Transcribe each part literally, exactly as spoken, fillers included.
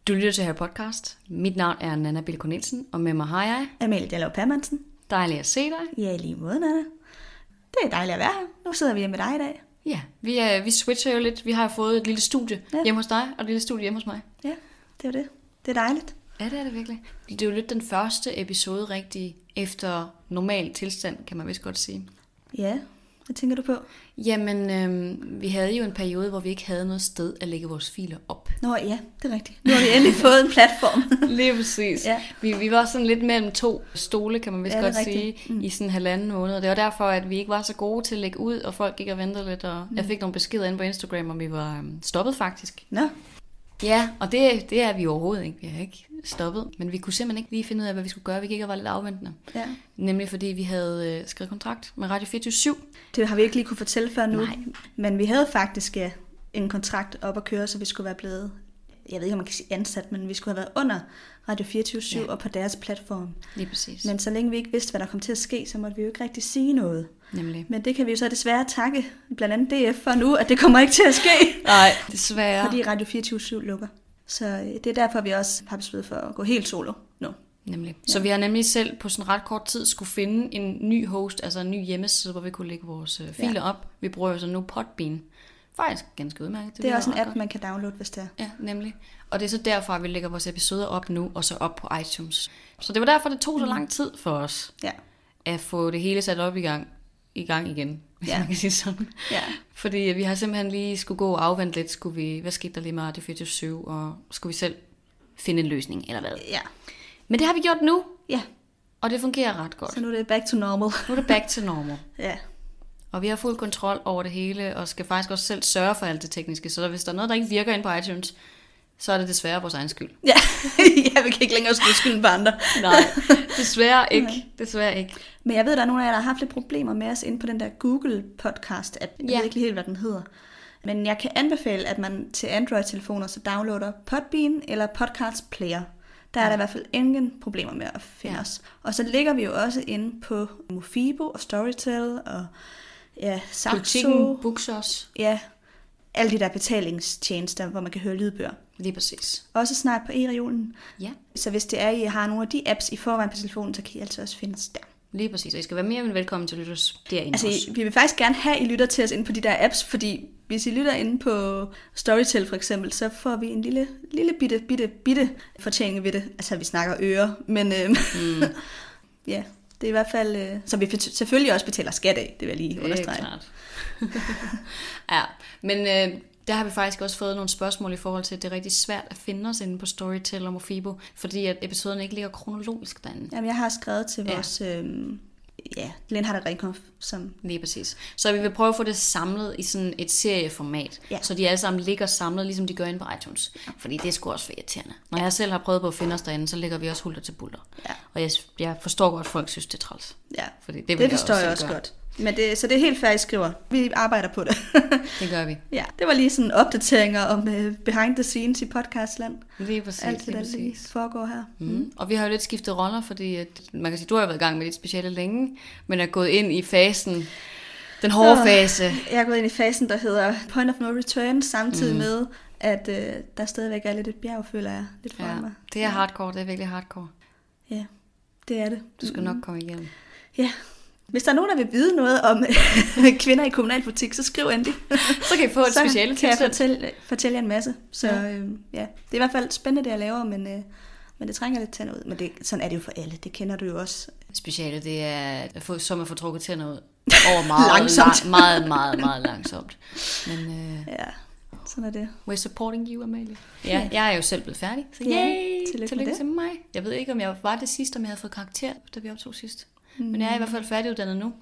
Du lytter til her podcast. Mit navn er Nanna Bille Cornelsen, og med mig har jeg... Amalie Dallov Permansen. Dejligt at se dig. Ja, lige måde, Nanna. Det er dejligt at være her. Nu sidder vi hjemme med dig i dag. Ja, vi, er, vi switcher jo lidt. Vi har fået et lille studie ja. hjemme hos dig, og et lille studie hjemme hos mig. Ja, det er det. Det er dejligt. Ja, det er det virkelig. Det er jo lidt den første episode rigtig efter normal tilstand, kan man vist godt sige. Ja, hvad tænker du på? Jamen, øhm, vi havde jo en periode, hvor vi ikke havde noget sted at lægge vores filer op. Nå ja, det er rigtigt. Nu har vi endelig fået en platform. Lige præcis. Ja. Vi, vi var sådan lidt mellem to stole, kan man vist ja, godt sige, mm. i sådan en halvanden måned. Det var derfor, at vi ikke var så gode til at lægge ud, og folk gik og ventede lidt. Og mm. jeg fik nogle beskeder inde på Instagram, og vi var øhm, stoppet faktisk. Nå. Ja, og det, det er vi overhovedet ikke. Vi har ikke stoppet. Men vi kunne simpelthen ikke lige finde ud af, hvad vi skulle gøre. Vi gik og var lidt afventende. Ja. Nemlig fordi vi havde øh, skrevet kontrakt med Radio fireogtyve syv. Det har vi ikke lige kunne fortælle før nu. Nej. Men vi havde faktisk ja, en kontrakt op at køre, så vi skulle være blevet, jeg ved ikke om man kan sige ansat, men vi skulle have været under Radio fireogtyve syv ja. og på deres platform. Lige præcis. Men så længe vi ikke vidste, hvad der kom til at ske, så måtte vi jo ikke rigtig sige noget. Nemlig. Men det kan vi jo så desværre takke blandt andet D F for nu, at det kommer ikke til at ske. Nej, desværre. Fordi Radio fireogtyve syv lukker. Så det er derfor, vi også har besluttet for at gå helt solo nu. Nemlig. Ja. Så vi har nemlig selv på sådan ret kort tid skulle finde en ny host, altså en ny hjemmeside, hvor vi kunne lægge vores filer ja. op. Vi bruger jo så nu Podbean. Faktisk ganske udmærket. Det, det er også en app, godt. Man kan downloade, hvis det er. Ja, nemlig. Og det er så derfor, at vi lægger vores episoder op nu, og så op på iTunes. Så det var derfor, det tog så lang tid for os ja. at få det hele sat op i gang, i gang igen, hvis ja. man kan sige sådan. Ja. Fordi vi har simpelthen lige skulle gå og afvente lidt, skulle vi, hvad skete der lige med Radio fireogtyve syv, og skulle vi selv finde en løsning, eller hvad? Ja. Men det har vi gjort nu, ja. og det fungerer ret godt. Så nu er det back to normal. Nu er det back to normal. ja. Og vi har fuld kontrol over det hele, og skal faktisk også selv sørge for alt det tekniske, så hvis der er noget, der ikke virker ind på iTunes, så er det desværre vores egen skyld. Ja, ja vi kan ikke længere skyde skylden på andre. Nej, desværre ikke. Desværre ikke. Men jeg ved, der er nogle af jer, der har haft lidt problemer med os inde på den der Google podcast app. Jeg ja. ved ikke helt, hvad den hedder. Men jeg kan anbefale, at man til Android-telefoner så downloader Podbean eller Podcast Player. Der er ja. der i hvert fald ingen problemer med at finde ja. os. Og så ligger vi jo også inde på Mofibo og Storytel og ja, Saxo. Booksos. Ja, alle de der betalingstjenester, hvor man kan høre lydbøger. Lige præcis. Også snart på e-regionen. Ja. Så hvis det er, I har nogle af de apps i forvejen på telefonen, så kan I altså også finde os der. Lige præcis, og I skal være mere end velkommen til at lytte os derinde altså, også. Vi vil faktisk gerne have, at I lytter til os inde på de der apps, fordi hvis I lytter inde på Storytel for eksempel, så får vi en lille, lille bitte, bitte, bitte fortjening ved det. Altså, vi snakker øre, men øh, mm. ja, det er i hvert fald, øh, så vi selvfølgelig også betaler skat af, det vil jeg lige understrege. Det er klart. ja, men øh, der har vi faktisk også fået nogle spørgsmål i forhold til, at det er rigtig svært at finde os inde på Storytel og Mofibo, fordi at episoderne ikke ligger kronologisk derinde. Jamen, jeg har skrevet til ja. vores øh, ja, Lindhardt Renkoff, som... Lige præcis. Så vi vil prøve at få det samlet i sådan et serieformat, ja. så de alle sammen ligger samlet, ligesom de gør inde på iTunes. Ja. Fordi det er sgu også for irriterende. Når ja. jeg selv har prøvet på at finde os derinde, så ligger vi også hulter til bulter. Ja. Og jeg, jeg forstår godt, at folk synes, det er træls. Ja, fordi det, det jeg forstår jeg også, jeg også godt. Men det, så det er helt fair, I skriver. Vi arbejder på det. Det gør vi. Ja, det var lige sådan opdateringer om uh, behind the scenes i podcastland. Lige præcis. Alt det, der lige lige foregår her. Mm. Mm. Og vi har jo lidt skiftet roller, fordi at, man kan sige, du har jo været i gang med dit speciale længe, men er gået ind i fasen, den hårde oh, fase. Jeg er gået ind i fasen, der hedder point of no return, samtidig mm. med, at uh, der stadigvæk er lidt et bjerg, føler jeg, lidt for ja, mig. Det er hardcore, det er virkelig hardcore. Ja, det er det. Du skal nok komme igennem. Ja. Hvis der er nogen, der vil vide noget om kvinder i kommunalpolitik, så skriv endelig. Så kan I få et speciale til. Så kan jeg fortælle, fortælle jer en masse. Så ja. Øh, ja, det er i hvert fald spændende, det jeg laver, men, øh, men det trænger lidt tænder ud. Men det, sådan er det jo for alle, det kender du jo også. Speciale, det er at få, som at få trukket tænder ud over meget, langsomt. La- meget, meget, meget langsomt. Men øh, ja, sådan er det. We're supporting you, Amalie. Ja, ja. Jeg er jo selv blevet færdig, så yay, ja, tillykke, tillykke til mig. Jeg ved ikke, om jeg var det sidste, om jeg havde fået karakter, da vi optog sidst. Men jeg er i hvert fald færdiguddannet nu.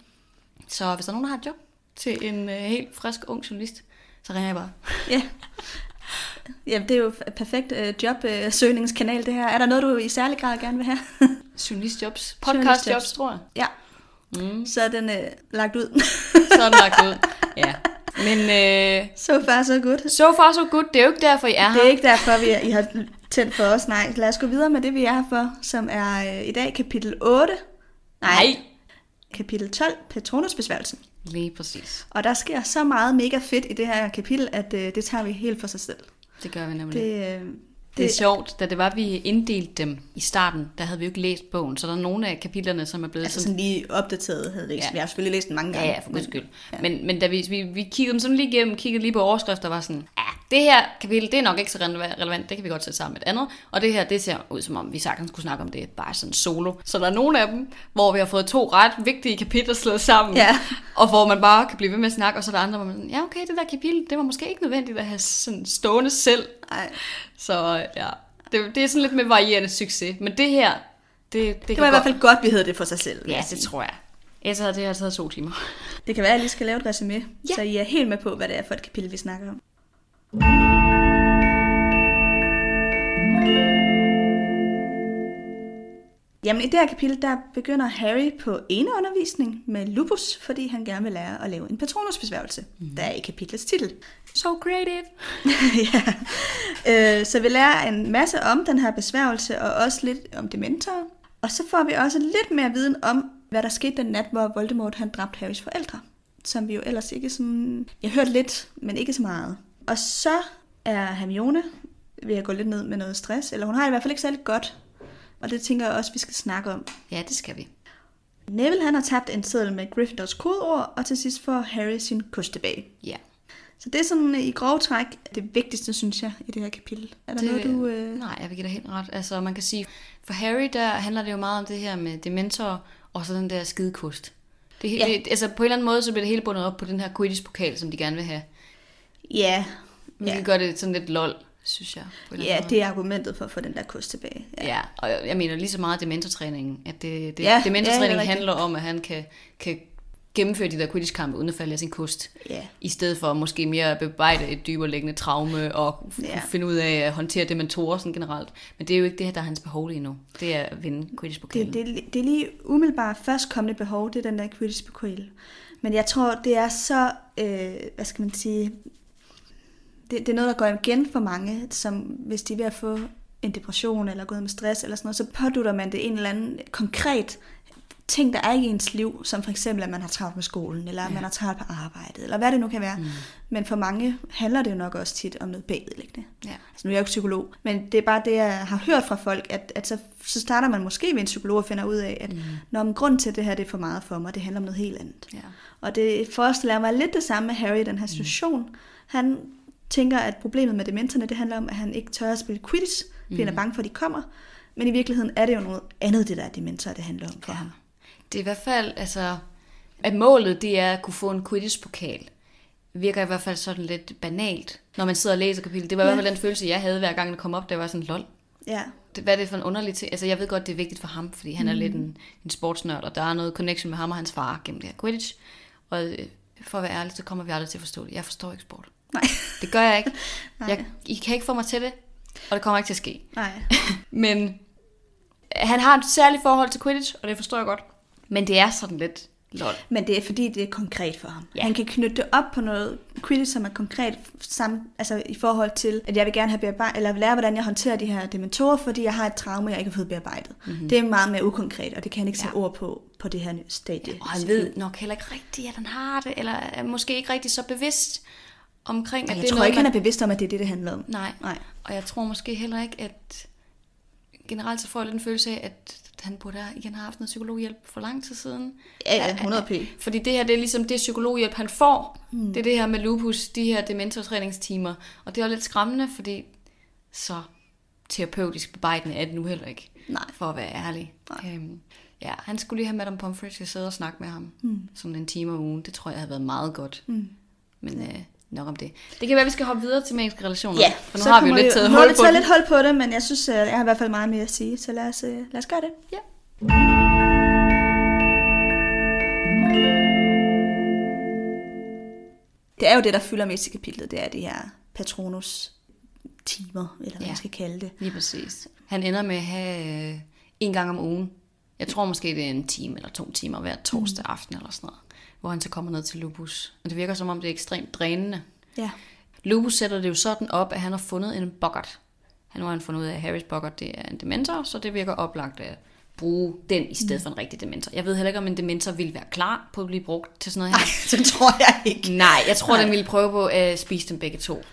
Så hvis der er nogen, der har et job til en øh, helt frisk ung journalist, så ringer jeg bare. Ja. Ja, det er jo et perfekt øh, jobsøgningskanal det her. Er der noget, du i særlig grad gerne vil have? Journalistjobs. Podcastjobs, tror jeg. Ja. Mm. Så er den øh, lagt ud. Så er den lagt ud, ja. Men øh, so far so good. So far so good. Det er jo ikke derfor, I er her. Det er ikke derfor, vi er, I har tændt for os. Nej, lad os gå videre med det, vi er her for, som er øh, i dag kapitel otte. Nej. Kapitel tolv, Patronusbesværgelsen. Lige præcis. Og der sker så meget mega fedt i det her kapitel, at øh, det tager vi helt for sig selv. Det gør vi nemlig. Det, øh, Det er sjovt, da det var, vi inddelte dem i starten, der havde vi jo ikke læst bogen, så der er nogle af kapitlerne, som er blevet altså sådan... sådan lige opdateret, havde læst. Ja. Jeg har selvfølgelig læst den mange gange. Ja, ja, for guds skyld. Ja. Men, men da vi, vi, vi kiggede dem sådan lige igennem, kiggede lige på overskrifter, var sådan, ja, det her kapitel, det er nok ikke så relevant, det kan vi godt sætte sammen med et andet, og det her, det ser ud som om, vi sagtens skulle snakke om det, bare sådan solo. Så der er nogle af dem, hvor vi har fået to ret vigtige kapitler slået sammen, ja. Og hvor man bare kan blive ved med at snakke, og så er der andre, hvor man ja, okay, det der kapitel, det var måske ikke nødvendigt at have sådan stående selv. Ej. Så ja, det, det er sådan lidt med varierende succes, men det her, det, det, det var i hvert fald godt, vi havde det for sig selv. Ja, det tror jeg. Ellers havde det her taget to timer. Det kan være, at jeg lige skal lave et resume, ja. Så I er helt med på, hvad det er for et kapitel, vi snakker om. Jamen i det her kapitel, der begynder Harry på eneundervisning med Lupus, fordi han gerne vil lære at lave en Patronus-besværgelse. Mm. Der er i kapitlets titel. So creative! ja. øh, så vi lærer en masse om den her besværgelse, og også lidt om dementorer. Og så får vi også lidt mere viden om, hvad der skete den nat, hvor Voldemort han dræbte Harrys forældre. Som vi jo ellers ikke sådan... Jeg har hørt lidt, men ikke så meget. Og så er Hermione ved at gå lidt ned med noget stress, eller hun har det i hvert fald ikke særlig godt. Og det tænker jeg også, vi skal snakke om. Ja, det skal vi. Neville han har tabt en seddel med Gryffindors kodeord, og til sidst får Harry sin kost tilbage. Ja. Så det er sådan i grove træk det vigtigste, synes jeg, i det her kapitel. Er der det, noget, du... Øh... Nej, jeg vil give dig helt ret. Altså, man kan sige, for Harry, der handler det jo meget om det her med dementorer, og så den der skidekost. Det, ja. det, altså, på en eller anden måde, så bliver det hele bundet op på den her Quidditch-pokal, som de gerne vil have. Ja. Vi ja. gør det sådan lidt lol, synes jeg. Ja, måde. Det er argumentet for at få den der kost tilbage. Ja, ja, og jeg mener lige så meget dementortræningen. At det, det, ja, dementortræningen ja, handler om, at han kan, kan gennemføre de der Quidditch-kampe uden at falde af sin kost. Ja. I stedet for måske mere at bearbejde et dybere liggende traume og ja. finde ud af at håndtere dementorer sådan generelt. Men det er jo ikke det her, der er hans behov lige nu. Det er at vinde Quidditch-pokalen. Det, det, det er lige umiddelbart førstkommende behov, det er den der Quidditch-pokal. Men jeg tror, det er så, øh, hvad skal man sige... Det, det er noget, der går igen for mange, som hvis de er ved at få en depression eller gået med stress eller sådan noget, så pådutter man det en eller anden konkret ting, der er i ens liv, som for eksempel, at man har travlt med skolen, eller at ja. man har travlt på arbejdet, eller hvad det nu kan være. Mm. Men for mange handler det jo nok også tit om noget bagvedliggende. Ja. Altså, nu er jeg jo ikke psykolog, men det er bare det, jeg har hørt fra folk, at, at så, så starter man måske ved en psykolog og finder ud af, at mm. når man grund til, at det her det er for meget for mig, det handler om noget helt andet. Ja. Og det forestiller mig lidt det samme med Harry i den her situation. Mm. Han tænker, at problemet med dementorerne, det handler om, at han ikke tør at spille Quidditch, fordi mm. han er bange for, at de kommer. Men i virkeligheden er det jo noget andet, det der dementorer, det handler om for ja. ham. Det er i hvert fald, altså, at målet, det er at kunne få en Quidditch-pokal. Virker i hvert fald sådan lidt banalt, når man sidder og læser kapitlet. Det var ja. i hvert fald den følelse, jeg havde, hver gang det kom op, det var sådan, lol. Ja. Det, hvad er det for en underlig ting? Altså, jeg ved godt, det er vigtigt for ham, fordi han mm. er lidt en, en sportsnørd, og der er noget connection med ham og hans far gennem det her Quidditch. Og for at være ærlig, så kommer vi aldrig til at forstå det. Jeg forstår ikke sport. Nej. Det gør jeg ikke. Jeg, I kan ikke få mig til det, og det kommer ikke til at ske. Nej. Men han har et særligt forhold til Quidditch, og det forstår jeg godt. Men det er sådan lidt lol. Men det er fordi, det er konkret for ham. Ja. Han kan knytte det op på noget Quidditch, som er konkret sammen, altså i forhold til, at jeg vil gerne have bearbejdet, eller lære, hvordan jeg håndterer de her dementorer, fordi jeg har et traume, jeg ikke har fået bearbejdet. Mm-hmm. Det er meget mere ukonkret, og det kan han ikke sætte ja. ord på, på det her stadie. Ja, og han ved nok heller ikke rigtigt, at han har det, eller er måske ikke rigtig så bevidst omkring, at jeg det tror noget, ikke, man... han er bevidst om, at det er det, det handler om. Nej. Nej, og jeg tror måske heller ikke, at generelt så får jeg lidt en følelse af, at han burde igen have haft noget psykologhjælp for lang tid siden. Ja, ja, hundrede p. Fordi det her, det er ligesom det psykologhjælp, han får. Mm. Det er det her med lupus, de her dementortræningstimer. Og det er jo lidt skræmmende, fordi så terapeutisk bearbejdende er det nu heller ikke. Nej. For at være ærlig. Øhm, ja, han skulle lige have Madame Pomfrey til at sidde og snakke med ham. Mm. Sådan en time om ugen. Det tror jeg havde været meget godt. Mm. Men øh, nok om det. Det kan være, at vi skal hoppe videre til magiske relationer. Ja, for nu har vi jo lidt taget hul på det. lidt hold på det, men jeg synes, jeg har i hvert fald meget mere at sige. Så lad os, lad os gøre det. Ja. Det er jo det, der fylder mest i kapitlet. Det er de her Patronus-timer, eller hvad ja, man skal kalde det. Lige præcis. Han ender med at have øh, en gang om ugen. Jeg tror måske, det er en time eller to timer hver torsdag aften eller sådan noget, hvor han så kommer ned til Lupus. Og det virker som om, det er ekstremt drænende. Ja. Lupus sætter det jo sådan op, at han har fundet en boggart. Han har han fundet ud af, at Harrys boggart, det er en dementor, så det virker oplagt at bruge den i stedet mm. for en rigtig dementor. Jeg ved heller ikke, om en dementor ville være klar på at blive brugt til sådan noget her. Nej, det tror jeg ikke. Nej, jeg tror, Nej. den ville prøve på at spise dem begge to.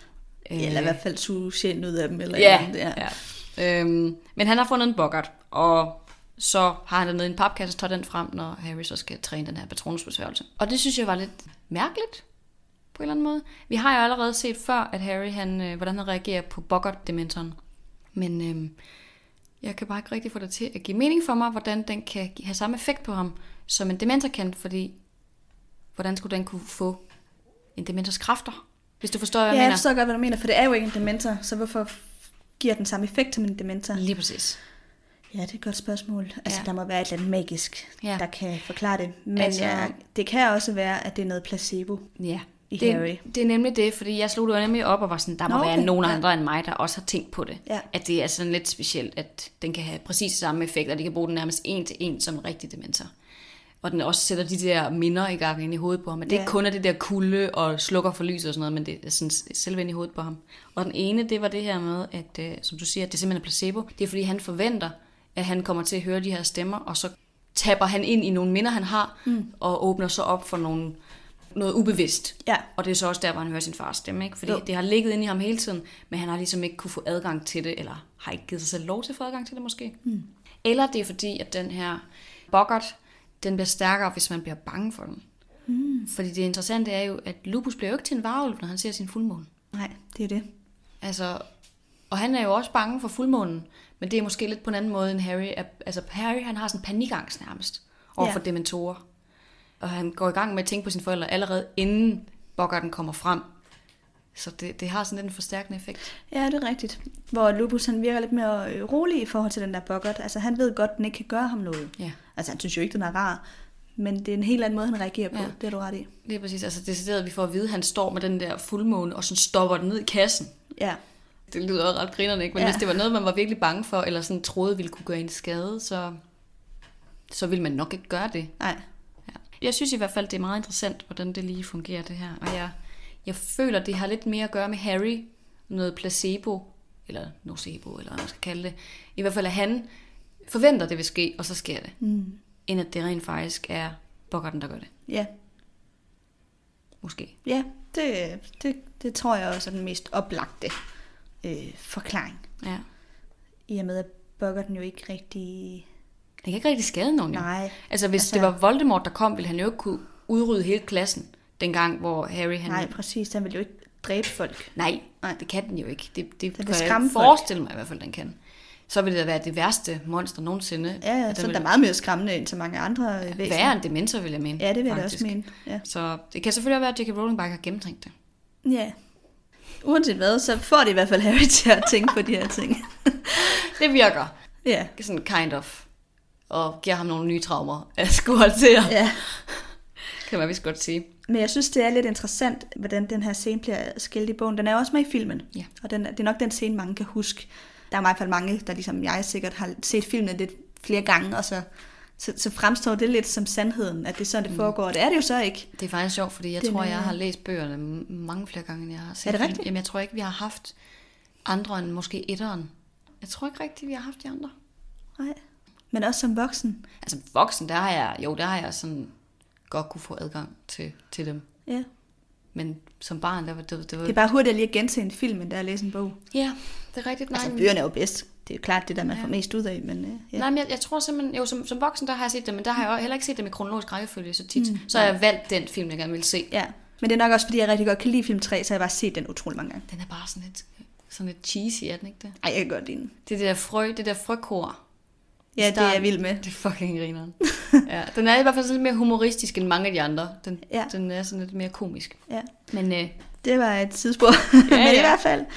Eller i hvert fald suge sjælen ud af dem. Eller ja, eller andet, ja. ja. Øhm, men han har fundet en boggart, og så har han den nede i en papkasse, og tager den frem, når Harry så skal træne den her patronusbesværgelse. Og det synes jeg var lidt mærkeligt, på en eller anden måde. Vi har jo allerede set før, at Harry, han, øh, hvordan han reagerer på boggart-dementoren. Men øh, jeg kan bare ikke rigtig få det til at give mening for mig, hvordan den kan have samme effekt på ham, som en dementor kan, fordi hvordan skulle den kunne få en dementors kræfter? Hvis du forstår, hvad jeg ja, mener. Ja, jeg forstår godt, hvad du mener, for det er jo ikke en dementor, så hvorfor giver den samme effekt som en dementor? Lige præcis. Ja, det er et godt spørgsmål. Altså, ja. der må være et eller andet magisk, ja. der kan forklare det. Men altså, ja, det kan også være, at det er noget placebo ja. i det, Harry. Det er nemlig det, fordi jeg slog det nemlig op og var sådan, der må Nå, okay. være nogen ja. andre end mig, der også har tænkt på det. Ja. At det er sådan lidt specielt, at den kan have præcis samme effekt, og de kan bruge den nærmest en til en som en rigtig dementor. Og den også sætter de der minder i gang ind i hovedet på ham. Men det er ja. ikke kun af det der kulde og slukker for lys og sådan noget, men det er sådan selve ind i hovedet på ham. Og den ene, det var det her med, at som du siger, at det simpelthen er placebo. Det er fordi, han forventer, at han kommer til at høre de her stemmer, og så tapper han ind i nogle minder, han har, mm. og åbner så op for nogle, noget ubevidst. Ja. Og det er så også der, hvor han hører sin fars stemme. Ikke? Fordi jo. det har ligget inde i ham hele tiden, men han har ligesom ikke kunne få adgang til det, eller har ikke givet sig selv lov til at få adgang til det måske. Mm. Eller det er fordi, at den her boggart, den bliver stærkere, hvis man bliver bange for den. Mm. Fordi det interessante er jo, at Lupus bliver jo ikke til en varulv, når han ser sin fuldmåne. Nej, det er det. Altså, og han er jo også bange for fuldmånen, men det er måske lidt på en anden måde end Harry. Altså Harry, han har sådan en panikangst nærmest over for ja. dementorer. Og han går i gang med at tænke på sine forældre allerede inden boggarten kommer frem. Så det, det har sådan lidt en forstærkende effekt. Ja, det er rigtigt. Hvor Lupus han virker lidt mere rolig i forhold til den der boggart. Altså han ved godt, at den ikke kan gøre ham noget. Ja. Altså han synes jo ikke, den er rar. Men det er en helt anden måde, han reagerer på. Ja. Det er du ret i. Det er præcis. Altså decideret, at vi får at vide, at han står med den der fuldmåne, og så stopper den ned i kassen. Ja. Det lyder også ret grinerende, ikke? Men ja. hvis det var noget, man var virkelig bange for, eller sådan troede ville kunne gøre en skade, så, så ville man nok ikke gøre det. Nej. Ja. Jeg synes i hvert fald, det er meget interessant, hvordan det lige fungerer, det her. Og jeg, jeg føler, det har lidt mere at gøre med Harry, noget placebo, eller nocebo, eller hvad man skal kalde det. I hvert fald, at han forventer, det vil ske, og så sker det. Mm. End at det rent faktisk er boggarten, der gør det. Ja. Måske. Ja, det, det, det tror jeg også er den mest oplagte øh, forklaring. Ja. I og med, at boggarten jo ikke rigtig... Den kan ikke rigtig skade nogen. Nej. Jo. Altså, hvis altså... det var Voldemort, der kom, ville han jo ikke kunne udrydde hele klassen, dengang, hvor Harry... Han... Nej, præcis. Han ville jo ikke dræbe folk. Nej, Nej. det kan den jo ikke. Det, det den kan jeg forestille mig i hvert fald, den kan. Så vil det da være det værste monster nogensinde. Ja, ja så vil... der er meget mere skræmmende end så mange andre ja, væsener. Værre end dementor, vil jeg mene. Ja, det vil faktisk. jeg også mene. Ja. Så det kan selvfølgelig være, at J K Rowling bare har gennemtænkt det. Ja. Uanset hvad, så får det i hvert fald Harry til at tænke på de her ting. Det virker. Ja. Sådan kind of. Og giver ham nogle nye traumer at skulle håndtere. Ja. Kan man vist godt sige. Men jeg synes, det er lidt interessant, hvordan den her scene bliver skilt i bogen. Den er også med i filmen. Ja. Og den, det er nok den scene, mange kan huske. Der er i hvert fald mange, der ligesom jeg sikkert har set filmen lidt flere gange, og så, så, så fremstår det lidt som sandheden, at det er sådan, det foregår. Mm. Det er det jo så ikke. Det er faktisk sjovt, fordi jeg den tror, er... jeg har læst bøgerne mange flere gange, end jeg har set. Er det rigtigt? Jamen, jeg tror ikke, vi har haft andre end måske etteren. Jeg tror ikke rigtigt, vi har haft de andre. Nej. Men også som voksen? Altså voksen, der har jeg, jo, der har jeg sådan godt kunne få adgang til, til dem. Ja. Men som barn, der var det... Det, var... det er bare hurtigt at lige at gense en film, end der at læse en bog. Ja, det er rigtigt. Nej, altså, bøgerne er jo bedst. Det er jo klart det, der man ja. får mest ud af. Men, ja. Nej, men jeg, jeg tror simpelthen... Jo, som, som voksen, der har jeg set dem, men der har jeg heller ikke set dem i kronologisk rækkefølge så tit. Mm. Så har jeg valgt den film, jeg gerne vil se. Ja, men det er nok også, fordi jeg rigtig godt kan lide film tre, så har jeg bare set den utrolig mange gange. Den er bare sådan lidt, sådan lidt cheesy, er den ikke det? Ej, jeg kan godt lide den. Det der frø, det der frøkor. Ja, det er jeg vild med. Det er fucking grineren. Ja, den er i hvert fald sådan lidt mere humoristisk end mange af de andre. Den, ja. den er sådan lidt mere komisk. Ja. Men øh, det var et sidespor, ja, men ja. i hvert fald.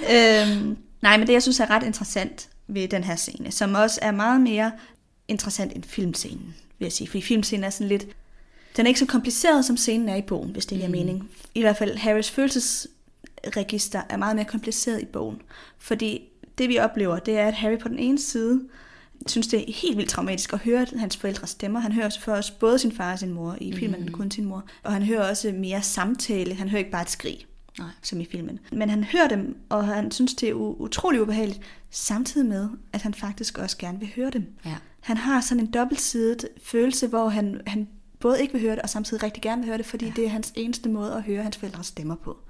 øhm, nej, men det jeg synes er ret interessant ved den her scene, som også er meget mere interessant end filmscenen, vil jeg sige. Fordi filmscenen er sådan lidt, den er ikke så kompliceret, som scenen er i bogen, hvis det giver mm. mening. I hvert fald Harrys følelsesregister er meget mere kompliceret i bogen. Fordi det vi oplever, det er, at Harry på den ene side synes, det er helt vildt traumatisk at høre hans forældres stemmer. Han hører selvfølgelig også både sin far og sin mor i filmen, mm-hmm. kun sin mor. Og han hører også mere samtale. Han hører ikke bare et skrig, Nej. som i filmen. Men han hører dem, og han synes, det er utrolig ubehageligt, samtidig med, at han faktisk også gerne vil høre dem. Ja. Han har sådan en dobbeltsidet følelse, hvor han, han både ikke vil høre det, og samtidig rigtig gerne vil høre det, fordi ja. det er hans eneste måde at høre hans forældres stemmer på.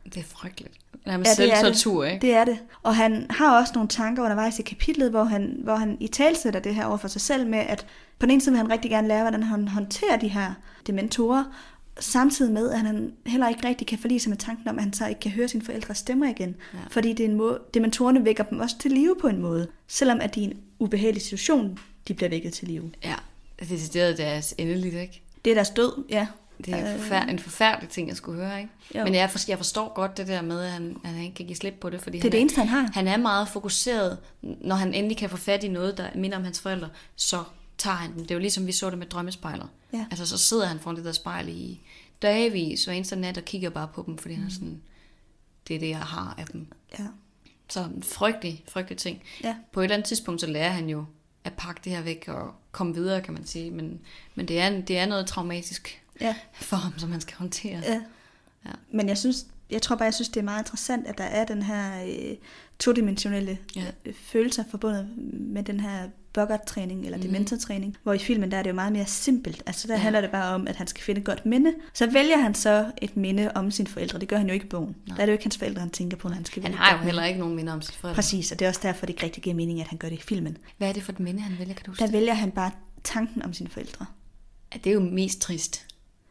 Det er frygteligt. Nærmest ja, selvtortur, ikke? Det er det. Og han har også nogle tanker undervejs i kapitlet, hvor han, hvor han italesætter det her over for sig selv med, at på den ene side vil han rigtig gerne lære, hvordan han håndterer de her dementorer, samtidig med, at han heller ikke rigtig kan forlige sig med tanken om, at han så ikke kan høre sine forældres stemmer igen. Ja. Fordi det er en måde, dementorerne vækker dem også til live på en måde, selvom at de i en ubehagelig situation, de bliver vækket til live. Ja, det er deres endeligt, ikke? Det er deres død, ja. Det er forfærd- en forfærdelig ting, jeg skulle høre, ikke? Jo. Men jeg forstår, jeg forstår godt det der med, at han, at han ikke kan give slip på det, fordi det er han det eneste, han har. Han er meget fokuseret, når han endelig kan få fat i noget, der minder om hans forældre, så tager han dem. Det er jo ligesom, vi så det med drømmespejler. Ja. Altså, så sidder han foran det der spejl i dagvis, hver eneste nat, og kigger bare på dem, fordi mm. han er sådan, det er det, jeg har af dem. Ja. Så en frygtelig, frygtelig ting. Ja. På et eller andet tidspunkt, så lærer han jo at pakke det her væk og komme videre, kan man sige. Men, men det, er, det er noget traumatisk. Ja. For ham, som man skal håndtere. Ja. Ja. Men jeg synes, jeg tror bare, jeg synes, det er meget interessant, at der er den her øh, todimensionelle ja. øh, følelser forbundet med den her Boggart-træning, eller mm-hmm. dementortræning, hvor i filmen, der er det jo meget mere simpelt. Altså der ja. handler det bare om, at han skal finde et godt minde. Så vælger han så et minde om sine forældre. Det gør han jo ikke i bogen. Nej. Der er det jo ikke hans forældre, han tænker på, når han skal vælge. Han har jo heller ikke nogen minde om sine forældre. Præcis, og det er også derfor, det ikke rigtig giver mening, at han gør det i filmen. Hvad er det for et minde, han vælger, kan du huske? Der vælger han bare tanken om sine forældre. Ja, det er jo mest trist.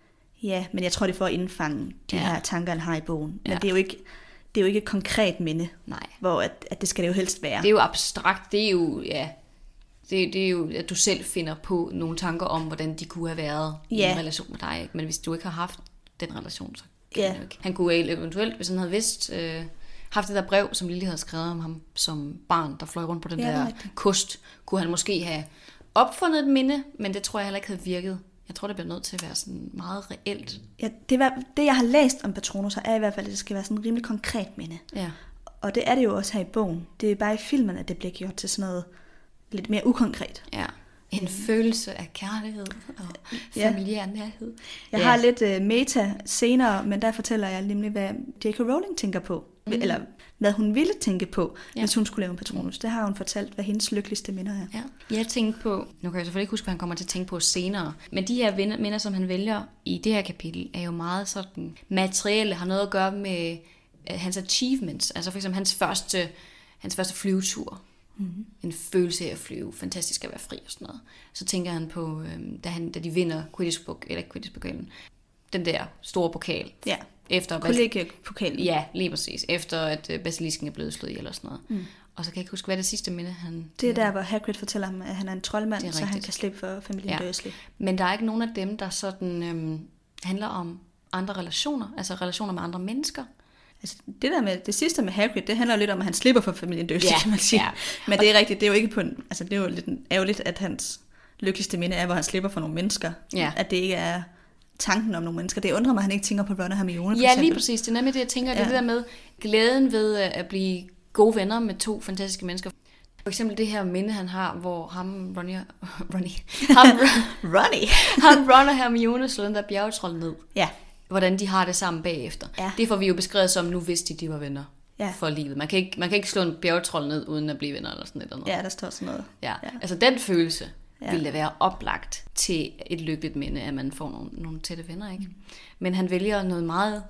Ja, men jeg tror, det er for at indfange de ja. her tanker, han har i bogen. Men ja. det er jo ikke, det er jo ikke et konkret minde, nej. Hvor at, at det skal det jo helst være. Det er jo abstrakt, det er jo, ja, det, det er jo, at du selv finder på nogle tanker om, hvordan de kunne have været ja. i en relation med dig. Ikke? Men hvis du ikke har haft den relation, så kan ja. du ikke. Han kunne eventuelt, hvis han havde vidst, øh, haft det der brev, som Lily havde skrevet om ham som barn, der fløj rundt på den ja, der kost, kunne han måske have opfundet et minde, men det tror jeg heller ikke havde virket. Jeg tror, det bliver nødt til at være sådan meget reelt. Ja, det, var, det jeg har læst om Patronus, er i hvert fald, at det skal være sådan en rimelig konkret minde. Ja. Og det er det jo også her i bogen. Det er bare i filmen, at det bliver gjort til sådan noget lidt mere ukonkret. Ja, en mm. følelse af kærlighed og familiær ja. nærhed. Jeg ja. har lidt uh, meta senere, men der fortæller jeg nemlig, hvad J K Rowling tænker på. Mm. Eller hvad hun ville tænke på, ja. hvis hun skulle lave en Patronus. Det har hun fortalt, hvad hendes lykkeligste minder er. Ja. Jeg tænkte på, nu kan jeg selvfølgelig ikke huske, hvad han kommer til at tænke på senere, men de her minder, som han vælger i det her kapitel, er jo meget sådan materielle, har noget at gøre med hans achievements. Altså for eksempel hans første, hans første flyvetur. Mm-hmm. En følelse af at flyve, fantastisk at være fri og sådan noget. Så tænker han på, øhm, da, han, da de vinder Quidditch-pokalen, eller Quidditch-pokalen, den der store pokal. Ja. Efter kollegiepokalen. Ja, lige præcis. Efter at basilisken er blevet slået ihjel og sådan noget. Mm. Og så kan jeg ikke huske, hvad det sidste minde han... Det er der, hvor Hagrid fortæller ham, at han er en troldmand, er så han kan slippe for familien ja. Dursley. Men der er ikke nogen af dem, der sådan øhm, handler om andre relationer, altså relationer med andre mennesker. Altså det der med det sidste med Hagrid, det handler jo lidt om, at han slipper for familien Dursley, ja. kan man sige. Ja. Men det er rigtigt, det er jo ikke på en... Altså det er jo lidt ærgerligt, at hans lykkeligste minde er, hvor han slipper for nogle mennesker. Ja. At det ikke er tanken om nogle mennesker. Det undrer mig, at han ikke tænker på Ron og Hermione, for Ja, eksempel. lige præcis. Det er nemlig det, jeg tænker. Ja. Det er det der med glæden ved at blive gode venner med to fantastiske mennesker. For eksempel det her minde, han har, hvor ham, Ronny, Ronny, ham, Ronny, ham, Ron og Hermione slår den der bjergetrold ned. Ja. Hvordan de har det sammen bagefter. Ja. Det får vi jo beskrevet som, nu vidste de, de var venner ja. for livet. Man kan, ikke, man kan ikke slå en bjergetrold ned, uden at blive venner eller sådan noget. Ja, der står sådan noget. Ja. Ja. Altså den følelse ja. ville det være oplagt til et lykkeligt minde, at man får nogle, nogle tætte venner, ikke? Mm. Men han vælger noget meget,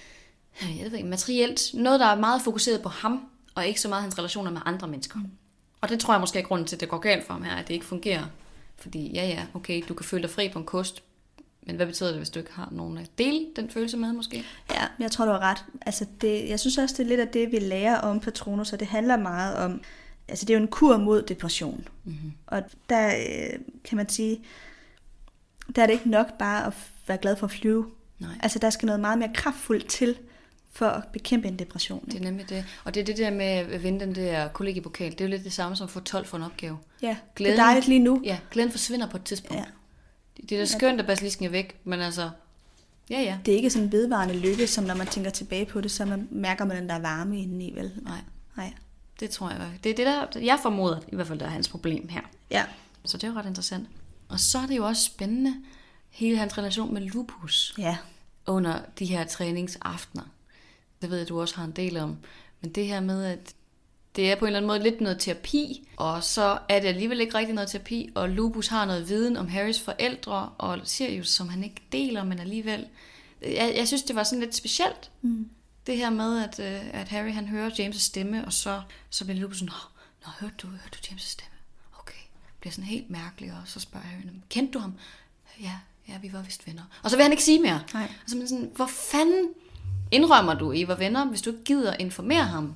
jeg ved ikke, materielt, noget der er meget fokuseret på ham, og ikke så meget hans relationer med andre mennesker. Mm. Og det tror jeg måske er grunden til, at det går galt for ham her, at det ikke fungerer. Fordi ja, ja, okay, du kan føle dig fri på en kost, men hvad betyder det, hvis du ikke har nogen at dele den følelse med, måske? Ja, jeg tror, du har ret. Altså det, jeg synes også, det er lidt af det, vi lærer om Patronus, og det handler meget om, altså det er jo en kur mod depression. Mm-hmm. Og der kan man sige, der er det ikke nok bare at være glad for at flyve. Nej. Altså der skal noget meget mere kraftfuldt til, for at bekæmpe en depression. Det er nemlig det. Og det er det der med at vinde den der kollegiepokal. Det er jo lidt det samme som at få tolv for en opgave. Ja, glæden, det er dejligt lige nu. Ja, glæden forsvinder på et tidspunkt. Ja. Det er da skønt, at basilisken er væk, men altså, ja ja. Det er ikke sådan en vedvarende lykke, som når man tænker tilbage på det, så man mærker man den der varme indeni, vel? Nej. Nej. Det tror jeg. Det er det der, jeg formoder i hvert fald, der er hans problem her. Ja. Så det er jo ret interessant. Og så er det jo også spændende, hele hans relation med Lupus. Ja. Under de her træningsaftener. Det ved jeg, du også har en del om. Men det her med, at det er på en eller anden måde lidt noget terapi, og så er det alligevel ikke rigtig noget terapi, og Lupus har noget viden om Harrys forældre, og Sirius, som han ikke deler, men alligevel... Jeg, jeg synes, det var sådan lidt specielt. Mm. Det her med, at, øh, at Harry han hører James' stemme, og så, så bliver Lupus sådan, nå, hørte du, hørte du James' stemme? Okay. Bliver sådan helt mærkelig, og så spørger Harry, kendte du ham? Ja, ja, vi var vist venner. Og så vil han ikke sige mere. Nej. Og så er man sådan, hvor fanden indrømmer du, I var venner, hvis du ikke gider informere ham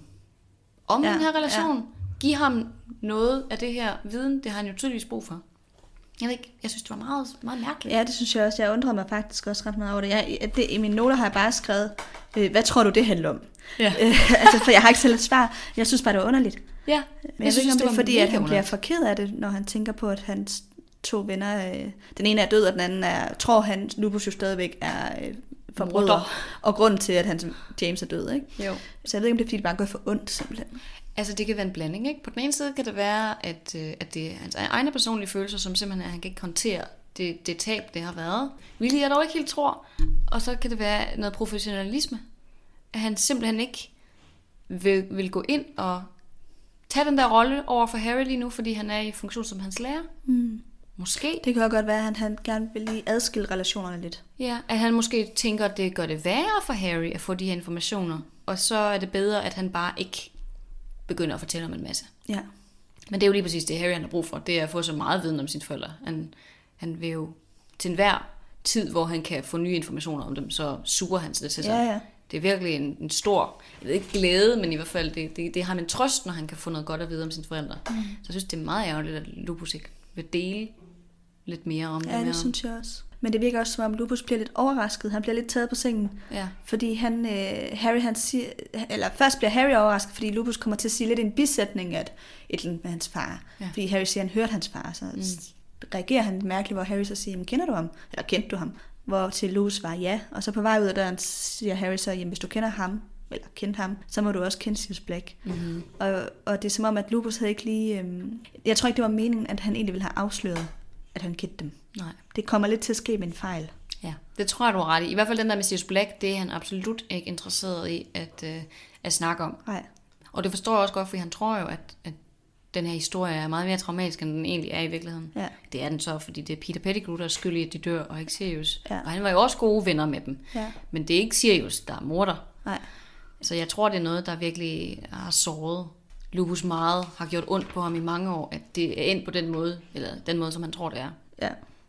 om ja, den her relation? Ja. Giv ham noget af det her viden, det har han jo tydeligvis brug for. Jeg ved ikke, jeg synes, det var meget, meget mærkeligt. Ja, det synes jeg også. Jeg undrede mig faktisk også ret meget over det. Jeg, det I mine noter har jeg bare skrevet, øh, hvad tror du, det handler om? Ja. Øh, altså, for jeg har ikke selv et svar. Jeg synes bare, det var underligt. Ja. Men jeg, jeg ved ikke, om det er fordi, at han bliver for ked af det, når han tænker på, at hans to venner, øh, den ene er død, og den anden er, tror han, Lupus jo stadigvæk er øh, forbryder. Og grunden til, at han, James er død, ikke? Jo. Så jeg ved ikke, om det er fordi, det bare går for ondt, simpelthen. Altså, det kan være en blanding, ikke? På den ene side kan det være, at, at det er hans egne personlige følelser, som simpelthen er, at han kan ikke håndtere det, det tab, det har været. Hvilket jeg dog ikke helt tror. Og så kan det være noget professionalisme. At han simpelthen ikke vil, vil gå ind og tage den der rolle over for Harry lige nu, fordi han er i funktion som hans lærer. Mm. Måske. Det kan jo godt være, at han, han gerne vil lige adskille relationerne lidt. Ja, at han måske tænker, at det gør det værre for Harry at få de her informationer. Og så er det bedre, at han bare ikke begynder at fortælle om en masse. Ja. Men det er jo lige præcis det, Harry han har brug for. Det er at få så meget viden om sine forældre. Han, han vil jo til enhver tid, hvor han kan få nye informationer om dem, så suger han det til sig. Ja, ja. Det er virkelig en, en stor, jeg ved ikke glæde, men i hvert fald, det, det, det har en trøst, når han kan få noget godt at vide om sine forældre. Mm. Så jeg synes, det er meget ærgerligt, at Lupus ikke vil dele lidt mere om det. Ja, det mere. Synes jeg også. Men det virker også, som om Lupus bliver lidt overrasket. Han bliver lidt taget på sengen. Ja. Fordi han, øh, Harry, han siger, eller først bliver Harry overrasket, fordi Lupus kommer til at sige lidt en bisætning, at et eller andet med hans far. Ja. Fordi Harry siger, at han hørte hans far. Så mm. reagerer han mærkeligt, hvor Harry så siger, kender du ham? Eller kendte du ham? Hvor til Lupus svarer ja. Og så på vej ud af døren siger Harry så, jamen hvis du kender ham, eller kendte ham, så må du også kende Sirius Black. Mm-hmm. Og, og det er som om, at Lupus havde ikke lige... Øhm, jeg tror ikke, det var meningen, at han egentlig ville have afsløret, at han kendte dem. Nej. Det kommer lidt til at ske med en fejl. Ja, det tror jeg, du har ret i. I hvert fald den der med Sirius Black, det er han absolut ikke interesseret i at, øh, at snakke om. Nej. Og det forstår jeg også godt, fordi han tror jo, at, at den her historie er meget mere traumatisk, end den egentlig er i virkeligheden. Ja. Det er den så, fordi det er Peter Pettigrew, der er skyld i, at de dør, og ikke Sirius. Ja. Og han var jo også gode venner med dem. Ja. Men det er ikke Sirius, der er morder. Nej. Så jeg tror, det er noget, der virkelig har såret Lupus meget, har gjort ondt på ham i mange år, at det er endt på den måde, eller den måde, som han tror, det er. Ja.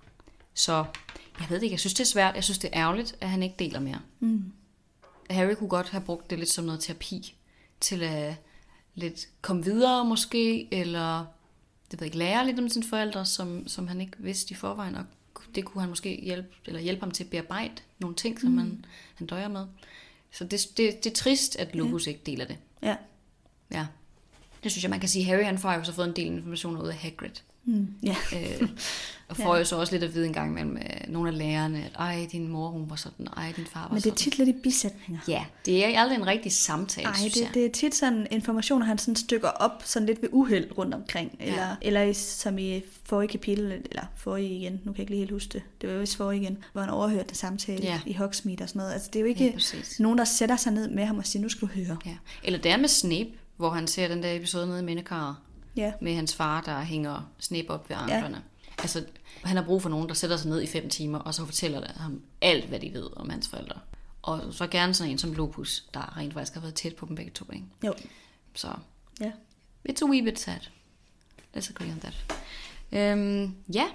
Så jeg ved ikke, jeg synes, det er svært. Jeg synes, det er ærgerligt, at han ikke deler mere. Mm. Harry kunne godt have brugt det lidt som noget terapi, til at lidt komme videre måske, eller det ved ikke, lære lidt om sine forældre, som, som han ikke vidste i forvejen, og det kunne han måske hjælpe, eller hjælpe ham til at bearbejde nogle ting, som mm. han, han døjer med. Så det, det, det er trist, at Lupus ja. ikke deler det. Ja. Ja. Det synes jeg, man kan sige. Harry han får jo så fået en del informationer ud af Hagrid. Mm. Ja. øh, og får ja. jo så også lidt at vide en gang mellem øh, nogle af lærerne, at ej, din mor hun var sådan, ej, din far var sådan. Men det er tit lidt i bisætninger. Ja, det er aldrig en rigtig samtale, Ej, det, det er tit sådan informationer, han sådan stykker op sådan lidt ved uheld rundt omkring. Eller, ja. eller som i forrige kapitel, eller forrige igen, nu kan jeg ikke lige helt huske det, det var vist forrige igen, hvor han overhørte en samtale ja. i Hogsmeade og sådan noget. Altså det er jo ikke ja, nogen, der sætter sig ned med ham og siger, nu skal du høre. Ja. Eller det er med Snape, hvor han ser den der episode nede i Mindekarret. Ja. Med hans far, der hænger Snape op ved anklerne. Ja. Altså, han har brug for nogen, der sætter sig ned i fem timer, og så fortæller ham alt, hvad de ved om hans forældre. Og så gerne sådan en som Lupus, der rent faktisk har været tæt på dem begge to, ikke? Jo. Så, ja. It's a wee bit sad. Let's agree on that. Øhm, ja.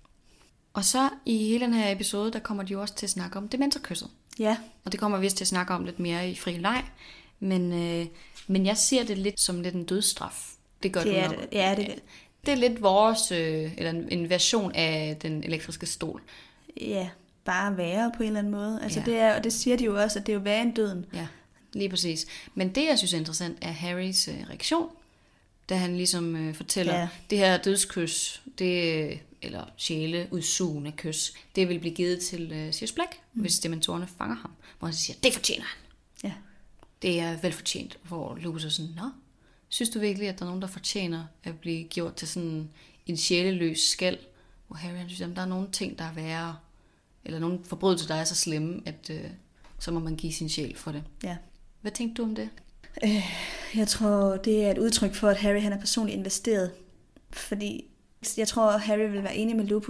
Og så i hele den her episode, der kommer de jo også til at snakke om dementorkysset. Ja. Og det kommer vi også til at snakke om lidt mere i fri leg. Men, øh, men jeg ser det lidt som lidt en dødsstraf. Det gør det du er nok. Det. Ja, det er det. Det er lidt vores, øh, eller en version af den elektriske stol. Ja, bare være på en eller anden måde. Altså ja. det er, og det siger de jo også, at det er jo værre end døden. Ja, lige præcis. Men det, jeg synes er interessant, er Harrys øh, reaktion, da han ligesom øh, fortæller, ja. det her dødskys, det, eller sjæleudsugende kys, det vil blive givet til øh, Sirius Black, mm. hvis dementorerne fanger ham. Hvor han siger, det fortjener han. Ja. Det er velfortjent, hvor Lupus er sådan, nå, synes du virkelig, at der er nogen, der fortjener at blive gjort til sådan en sjæleløs skal, hvor Harry han synes, at der er nogle ting, der er værre, eller nogle forbrydelser, der er så slemme, at øh, så må man give sin sjæl for det. Ja. Hvad tænkte du om det? Øh, jeg tror, det er et udtryk for, at Harry han er personligt investeret. Fordi jeg tror, Harry vil være enig med Lupus,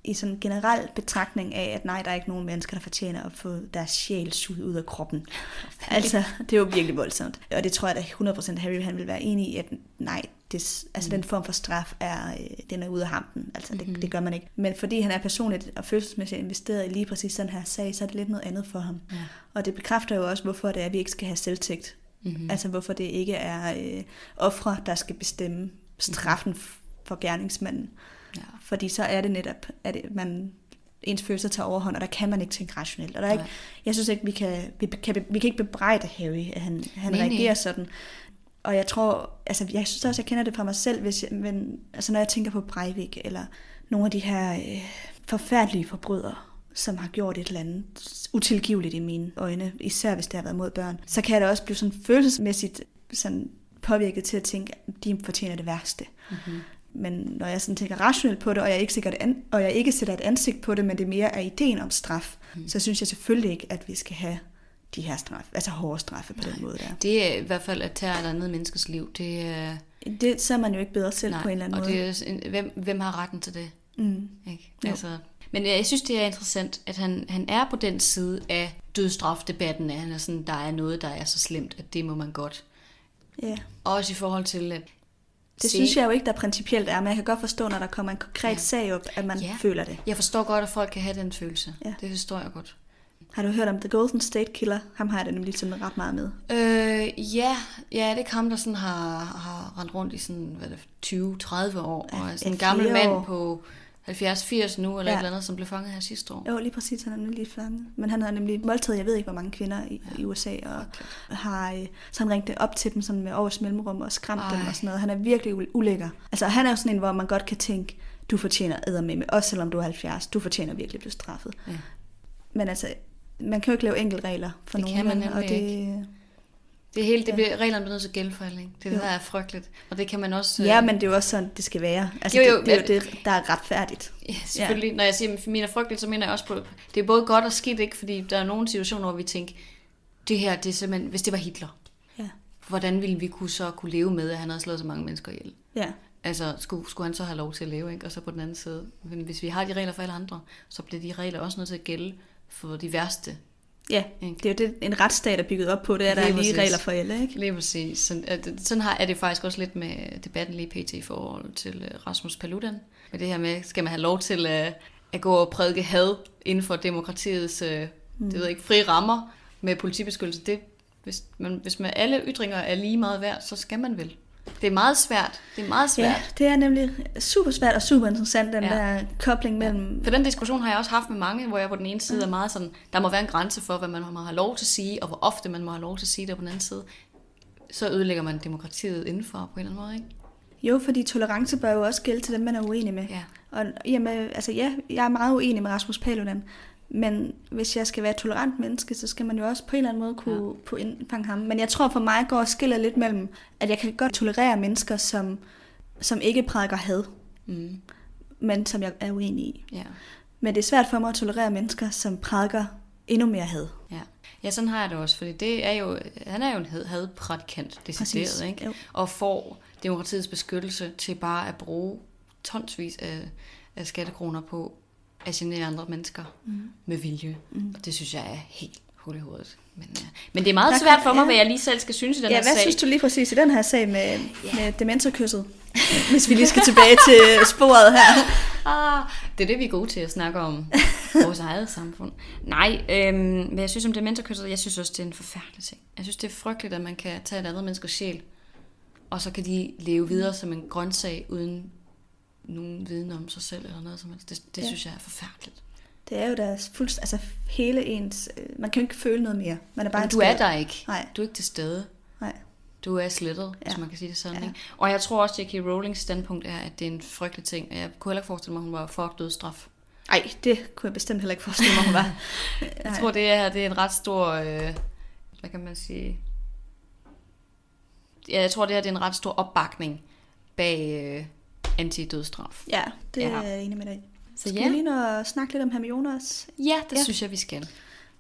i sådan en generel betragtning af, at nej, der er ikke nogen mennesker, der fortjener at få deres sjæl suget ud af kroppen. Altså, det er jo virkelig voldsomt. Og det tror jeg da hundrede procent Harry han vil være enig i, at nej, det, altså mm. den form for straf er, den er ude af hampen. Altså, det, mm-hmm. det gør man ikke. Men fordi han er personligt og følelsesmæssigt investeret i lige præcis den her sag, så er det lidt noget andet for ham. Ja. Og det bekræfter jo også, hvorfor det er, at vi ikke skal have selvtægt. Mm-hmm. Altså, hvorfor det ikke er øh, ofre, der skal bestemme straffen for gerningsmanden. Ja. Fordi så er det netop, at man ens følelser tager overhånd, og der kan man ikke tænke rationelt. Og der er ikke, jeg synes ikke, vi kan, vi kan, vi kan ikke bebrejde Harry, at han, han reagerer sådan. Og jeg tror, altså jeg synes også, jeg kender det fra mig selv, hvis jeg, men, altså når jeg tænker på Breivik, eller nogle af de her øh, forfærdelige forbrydere, som har gjort et eller andet utilgiveligt i mine øjne, især hvis det har været mod børn, så kan jeg da også blive sådan følelsesmæssigt sådan påvirket til at tænke, at de fortjener det værste. Mm-hmm. Men når jeg sådan tænker rationelt på det, og jeg ikke, sikkert an, og jeg ikke sætter et ansigt på det, men det mere er ideen om straf, mm. så synes jeg selvfølgelig ikke, at vi skal have de her straf, altså hårde straffe på Nej. Den måde der. Det er i hvert fald at tage et andet menneskes liv. Det er... Det så er man jo ikke bedre selv. Nej, på en eller anden og måde. Det er, hvem, hvem har retten til det? Mm. Ikke? Altså, men jeg synes, det er interessant, at han, han er på den side af dødsstrafdebatten, at han er sådan, der er noget, der er så slemt, at det må man godt. Yeah. Også i forhold til at det se. Synes jeg jo ikke, der principielt er, men jeg kan godt forstå, når der kommer en konkret ja. Sag op, at man ja. Føler det. Jeg forstår godt, at folk kan have den følelse. Ja. Det forstår jeg godt. Har du hørt om The Golden State Killer? Ham har jeg da nemlig sådan ret meget med. Øh, ja. ja, det er ikke ham, der sådan har, har rendt rundt i sådan, hvad det, tyve til tredive år, ja, og er sådan en gammel mand år. På halvfjerds firs nu, eller ja. Et eller andet, som blev fanget her sidste år. Jo, lige præcis, han er nemlig fanget. Men han har nemlig voldtaget, jeg ved ikke, hvor mange kvinder i, ja. I U S A, og okay. har så han ringte op til dem sådan med års mellemrum og skræmt Ej. Dem og sådan noget. Han er virkelig ulækker. Altså, han er jo sådan en, hvor man godt kan tænke, du fortjener eddermame, også selvom du er halvfjerds, du fortjener virkelig at blive straffet. Ja. Men altså, man kan jo ikke lave enkeltregler for det nogen. Kan man og det ikke. Det hele, det bliver, reglerne bliver nødt til at gælde for alle, ikke? Det er det, der er frygteligt. Og det kan man også... Ja, men det er jo også sådan, det skal være. Altså, jo, jo, det, det er jo det, der er retfærdigt. Ja, selvfølgelig. Ja. Når jeg siger, at mener frygteligt, så mener jeg også på, det er både godt og skidt, ikke? Fordi der er nogle situationer, hvor vi tænker, det her, det er simpelthen, hvis det var Hitler, ja. Hvordan ville vi kunne så kunne leve med, at han havde slået så mange mennesker ihjel? Ja. Altså, skulle, skulle han så have lov til at leve, ikke? Og så på den anden side, men hvis vi har de regler for alle andre, så bliver de regler også nødt til at gælde for de værste. Ja, det er jo det, en retsstat er bygget op på, det er, der lige er lige regler for alle, ikke? Lige præcis. Sådan, sådan har, er det faktisk også lidt med debatten lige pt. I forhold til Rasmus Paludan. Med det her med, skal man have lov til at, at gå og prædike had inden for demokratiets mm. det ved ikke, frie rammer med politibeskyttelse. Det, hvis, man, hvis man alle ytringer er lige meget værd, så skal man vel. Det er meget svært. Det er meget svært. Ja, det er nemlig super svært og super interessant, den ja. Der kobling mellem... Ja. For den diskussion har jeg også haft med mange, hvor jeg på den ene side ja. Er meget sådan, der må være en grænse for, hvad man må have lov til at sige, og hvor ofte man må have lov til at sige det, og på den anden side, så ødelægger man demokratiet indenfor på en eller anden måde, ikke? Jo, fordi tolerance bør jo også gælde til dem, man er uenig med. Ja. Og jamen, altså ja, jeg er meget uenig med Rasmus Paludan, men hvis jeg skal være et tolerant menneske, så skal man jo også på en eller anden måde kunne, ja. Kunne indfange ham. Men jeg tror for mig går skillet lidt mellem, at jeg kan godt tolerere mennesker, som, som ikke prædiker had, mm. men som jeg er uenig i. Ja. Men det er svært for mig at tolerere mennesker, som prædiker endnu mere had. Ja. Ja, sådan har jeg det også, fordi det er jo, han er jo en had, hadprædikant, decideret, ikke? Jo. Og får demokratiets beskyttelse til bare at bruge tonsvis af, af skattekroner på at genere andre mennesker mm. med vilje. Mm. Og det synes jeg er helt hul i hovedet. Men, ja. Men det er meget der svært for mig, ja. Hvad jeg lige selv skal synes i den ja, her sag. Ja, hvad synes du lige præcis i den her sag med, ja. Med dementorkysset? Hvis vi lige skal tilbage til sporet her. Ah, det er det, vi er gode til at snakke om vores eget samfund. Nej, øhm, men jeg synes om dementorkysset, jeg synes også, det er en forfærdelig ting. Jeg synes, det er frygteligt, at man kan tage et andet menneskers sjæl, og så kan de leve videre som en grøntsag, uden nogen viden om sig selv eller noget som helst. Det, det ja. Synes jeg er forfærdeligt. Det er jo deres fuldst, altså hele ens, man kan jo ikke føle noget mere. Man er bare du er der ikke. Nej. Du er ikke til stede. Nej. Du er slettet, ja. Hvis man kan sige det sådan. Ja. Ikke? Og jeg tror også, at J K Rowlings standpunkt er, at det er en frygtelig ting. Og jeg kunne heller ikke forestille mig, at hun var for dødsstraf. Nej, det kunne jeg bestemt heller ikke forestille mig, hun var. Jeg tror, det er, det er en ret stor, øh, hvad kan man sige? Ja, jeg tror, det her det er en ret stor opbakning bag øh, anti-dødsstraf. Ja, det ja. Er jeg enig med dig. Så skal ja. Vi lige nå at snakke lidt om Hermione også? Ja, det ja. Synes jeg, vi skal.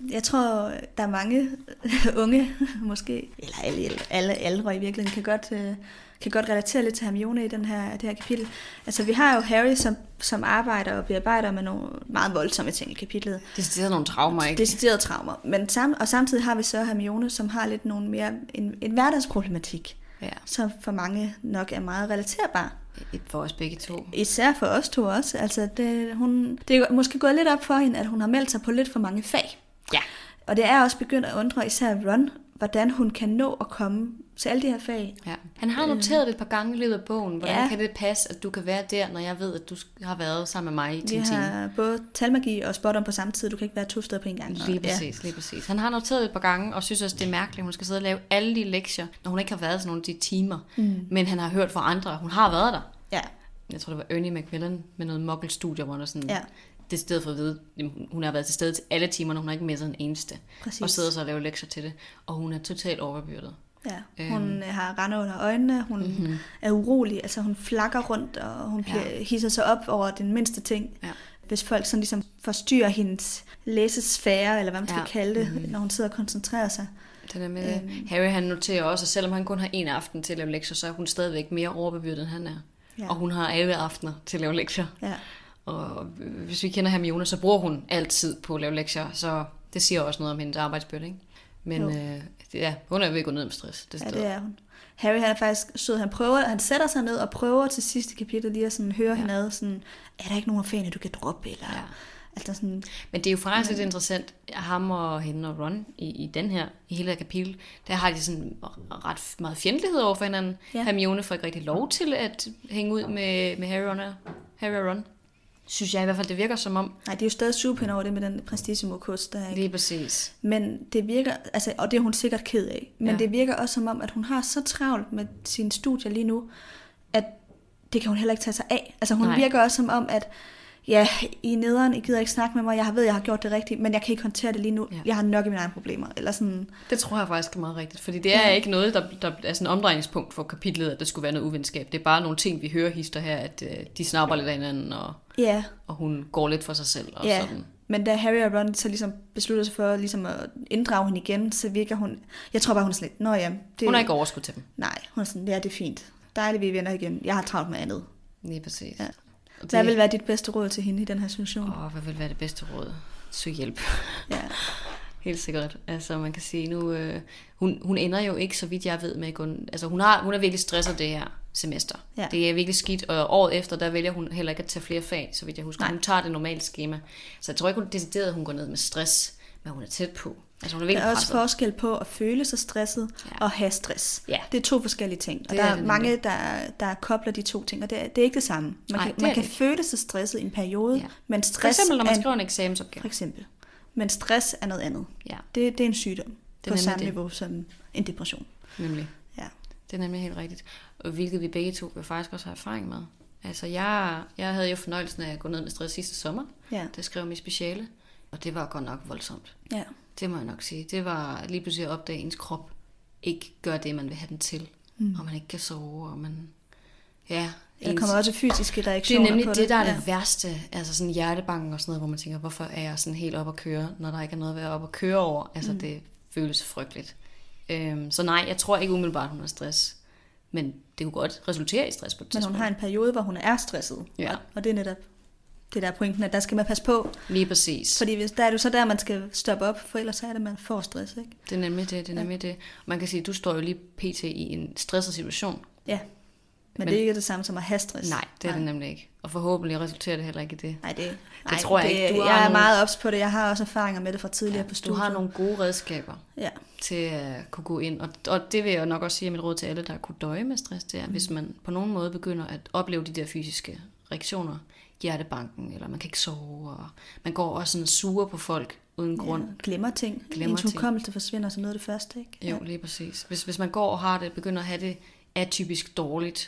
Jeg tror, der er mange unge, måske, eller alle, alle aldre i virkeligheden, kan godt, kan godt relatere lidt til Hermione i den her, det her kapitel. Altså, vi har jo Harry, som, som arbejder og bearbejder med nogle meget voldsomme ting i kapitlet. Decideret nogle traumer, ikke? Decideret traumer. Men sam, og samtidig har vi så Hermione, som har lidt nogle mere, en, en hverdagsproblematik, ja. Som for mange nok er meget relaterbar. For os begge to. Især for os to også. Altså, det, hun, det er måske gået lidt op for hende, at hun har meldt sig på lidt for mange fag. Ja. Og det er også begyndt at undre især Ron, hvordan hun kan nå at komme til alle de her fag. Ja. Han har noteret det et par gange i løbet af bogen. Hvordan ja. Kan det passe, at du kan være der, når jeg ved, at du har været sammen med mig i Tintin? Vi har både talmagi og spot-on på samme tid. Du kan ikke være to steder på en gang. Lige præcis, ja. lige præcis. Han har noteret det et par gange, og synes også, det er mærkeligt, at hun skal sidde og lave alle de lektier, når hun ikke har været sådan nogle af de timer. Mm. Men han har hørt fra andre, hun har været der. Ja. Jeg tror, det var Ernie Macmillan med noget muggle-studier, hvor der sådan... Ja. Det er stedet for at vide, hun har været til stede til alle timerne, hun har ikke misset en eneste. Præcis. Og sidder så og laver lektier til det. Og hun er totalt overbebyrdet. Ja, hun øhm. har rande under øjnene, hun mm-hmm. er urolig, altså hun flakker rundt, og hun bliver, ja. hisser sig op over den mindste ting. Ja. Hvis folk sådan ligesom forstyrrer hendes læsesfære, eller hvad man skal ja. kalde det, mm-hmm. når hun sidder og koncentrerer sig. Det er med øhm. Harry han noterer også, at selvom han kun har en aften til at lave lektier, så er hun stadigvæk mere overbebyrdet, end han er. Ja. Og hun har alle aftener til at lave lektier. Ja. Og hvis vi kender Hermione, så bruger hun altid på at lave lektier, så det siger også noget om hendes arbejdsbyrde, ikke? Men øh, ja, hun er ved at gå ned med stress. Det ja, det er hun. Harry han er faktisk sød, han prøver, han sætter sig ned og prøver til sidste kapitel lige at sådan høre ja. hende ad, sådan, er der ikke nogen af fagene, du kan droppe, eller... Ja. Altså sådan, men det er jo faktisk lidt interessant, ham og hende og Ron i, i den her, i hele kapitel, der har de sådan ret meget fjendtlighed over for hinanden. Ja. Hermione får ikke rigtig lov til at hænge ud med, med Harry, og, Harry og Ron. Synes jeg i hvert fald, det virker som om... Nej, det er jo stadig super over det med den Prestissimo-kurs, der ikke... Lige præcis. Men det virker, altså, og det er hun sikkert ked af, men ja. det virker også som om, at hun har så travlt med sine studier lige nu, at det kan hun heller ikke tage sig af. Altså hun Nej. virker også som om, at ja, I nederen, I gider ikke snakke med mig, jeg ved, jeg har gjort det rigtigt, men jeg kan ikke håndtere det lige nu. Ja. Jeg har nok i mine egne problemer. Eller sådan. Det tror jeg faktisk er meget rigtigt, fordi det er ja. ikke noget, der, der er sådan en omdrejningspunkt for kapitlet, at der skulle være noget uvenskab. Det er bare nogle ting, vi hører hister her, at uh, de snapper lidt af hinanden, og, ja. og hun går lidt for sig selv. Og ja. sådan. Men da Harry og Ron så ligesom beslutter sig for ligesom at inddrage hende igen, så virker hun... Jeg tror bare, hun er slet... Nå ja, det... Hun har ikke overskud til dem. Nej, hun er sådan, ja, det er fint. Dejligt, vi er venner igen. Jeg har travlt med andet. Lige præcis. Ja. Det... Hvad vil være dit bedste råd til hende i den her situation? Åh, hvad vil være det bedste råd? Søg hjælp. Ja. Helt sikkert. Altså man kan sige nu, øh, hun, hun ender jo ikke, så vidt jeg ved, med at gå... Altså hun, har, hun er virkelig stresset det her semester. Ja. Det er virkelig skidt, og året efter, der vælger hun heller ikke at tage flere fag, så vidt jeg husker. Nej. Hun tager det normale skema. Så jeg tror ikke, hun decideret, at hun går ned med stress, men hun er tæt på. Altså, hun er der er også forskel på at føle sig stresset ja. og have stress. Ja. Det er to forskellige ting, og det der er, er mange, der, der kobler de to ting, og det er, det er ikke det samme. Man Ej, kan, man kan føle sig stresset i en periode, ja. men stress... For eksempel, når man skriver en eksamensopgave. For eksempel. Men stress er noget andet. Ja. Det, det er en sygdom det er på samme det. niveau som en depression. Nemlig. Ja. Det er nemlig helt rigtigt. Og hvilket vi begge to vil faktisk også have erfaring med. Altså, jeg, jeg havde jo fornøjelsen af at gå ned med stress sidste sommer, ja. da jeg skrev mit speciale, og det var godt nok voldsomt. Ja. Det må jeg nok sige. Det var lige pludselig at opdage, at ens krop ikke gør det, man vil have den til. Mm. Og man ikke kan sove, og man... Ja, der ens... kommer også fysiske reaktioner på det. Det er nemlig det, der er ja. det værste. Altså sådan hjertebanken og sådan noget, hvor man tænker, hvorfor er jeg sådan helt op at køre, når der ikke er noget at være op at køre over. Altså mm. det føles frygteligt. Øhm, så nej, jeg tror ikke umiddelbart, hun har stress. Men det kunne godt resultere i stress på et tidspunkt. Men hun har en periode, hvor hun er stresset. Ja. Og det er netop... Det der er pointen, at der skal man passe på. Lige præcis. Fordi hvis der er det så der, man skal stoppe op, for ellers er det, man får stress, ikke? Det er nemlig det, det er nemlig ja. det. Man kan sige, at du står jo lige pt. I en stresset situation. Ja, men, men det er ikke det samme som at have stress. Nej, det er nej. det nemlig ikke. Og forhåbentlig resulterer det heller ikke i det. Nej, det, det nej, tror jeg det, ikke. Du jeg er nogle... meget ops på det. Jeg har også erfaringer med det fra tidligere ja, på studiet. Du har nogle gode redskaber ja. til at kunne gå ind. Og, og det vil jeg nok også sige, at mit råd til alle, der kunne døje med stress, det er, mm. hvis man på nogen måde begynder at opleve de der fysiske reaktioner, hjertebanken, eller man kan ikke sove, og man går også sådan sure på folk uden grund. Ja, glemmer ting. Glemmer Ens hukommelse forsvinder som noget af det første, ikke? Jo, ja. lige præcis. Hvis, hvis man går og har det, begynder at have det atypisk dårligt,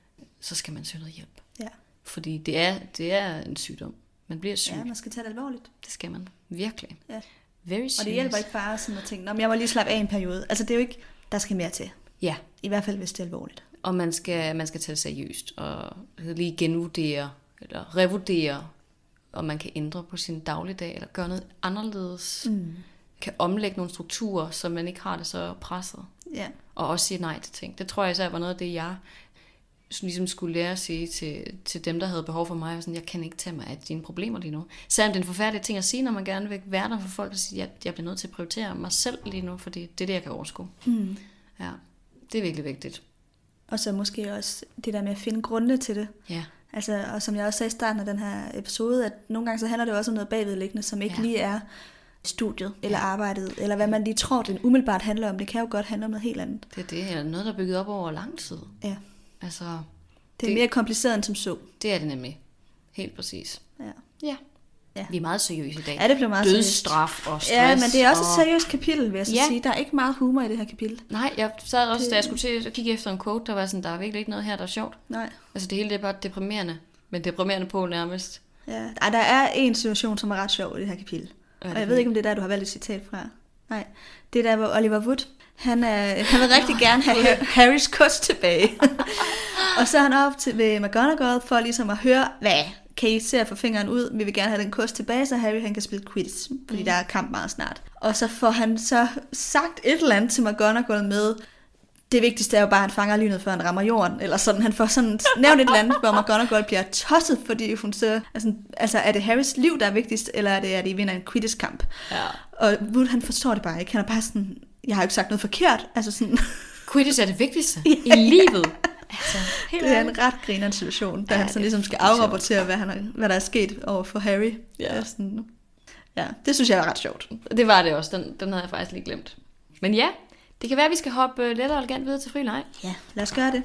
så skal man søge noget hjælp. Ja. Fordi det er, det er en sygdom. Man bliver syg. Ja, man skal tage det alvorligt. Det skal man. Virkelig. Ja. Very serious. Og det hjælper ikke bare sådan at tænke, jeg må lige slappe af en periode. Altså det er jo ikke, der skal mere til. Ja. I hvert fald, hvis det er alvorligt. Og man skal, man skal tage det seriøst, og lige genvurdere, eller revurdere, om man kan ændre på sin dagligdag, eller gøre noget anderledes. Mm. kan omlægge nogle strukturer, så man ikke har det så presset. Ja. Og også sige nej til ting. Det tror jeg især var noget af det, jeg ligesom skulle lære at sige til, til dem, der havde behov for mig. Sådan, jeg kan ikke tage mig af dine problemer lige nu. Selvom det er en forfærdelig ting at sige, når man gerne vil være der for folk, og sige, jeg, jeg bliver nødt til at prioritere mig selv lige nu, fordi det er det, jeg kan overskue. Mm. Ja, det er virkelig vigtigt. Og så måske også det der med at finde grunde til det. Ja. Altså, og som jeg også sagde i starten af den her episode, at nogle gange så handler det også om noget bagvedliggende, som ikke ja. lige er studiet eller ja. arbejdet, eller hvad man lige tror, det umiddelbart handler om. Det kan jo godt handle om noget helt andet. Det er det her, noget, der er bygget op over lang tid. Ja. Altså, det er det, mere kompliceret end som så. Det er det nemlig. Helt præcis. Ja. Ja. Ja. Vi er meget seriøse i dag. Ja, det blev meget Dødsstraf og stress. Ja, men det er også og... et seriøst kapitel, vil jeg så ja. sige. Der er ikke meget humor i det her kapitel. Nej, jeg sad også, det... da jeg skulle til at kigge efter en quote, der var sådan, der er virkelig ikke noget her, der er sjovt. Nej. Altså det hele det er bare deprimerende, men deprimerende på nærmest. Ja, Ej, der er en situation, som er ret sjov i det her kapitel. Ja, og jeg ved ikke, om det er der, du har valgt et citat fra. Nej, det er der, hvor Oliver Wood, han, er, han vil rigtig gerne have Harrys kost tilbage. Og så er han op til ved McGonagall for ligesom at høre, hvad kan I se at få fingeren ud? Vi vil gerne have den kost tilbage, så Harry han kan spille quidditch, fordi mm. der er kamp meget snart. Og så får han så sagt et eller andet til McGonagall med, det vigtigste er jo bare, at han fanger lynet, før han rammer jorden. Eller sådan, han får sådan nævnt et eller andet, hvor McGonagall bliver tosset, fordi hun så, altså, altså er det Harrys liv, der er vigtigst, eller er det, at de vinder en quidditch-kamp? Ja. Og Wood, han forstår det bare ikke. Han er bare sådan, jeg har jo ikke sagt noget forkert. Altså sådan... Quidditch er det vigtigste ja. i livet. Altså, det er en ret grinerende situation, da ja, han så ligesom skal afrapportere, hvad, han er, hvad der er sket over for Harry. Ja. Sådan, ja, det synes jeg er ret sjovt. Det var det også, den, den havde jeg faktisk lige glemt. Men ja, det kan være, at vi skal hoppe let og elegant videre til fri leg. Ja, lad os gøre det.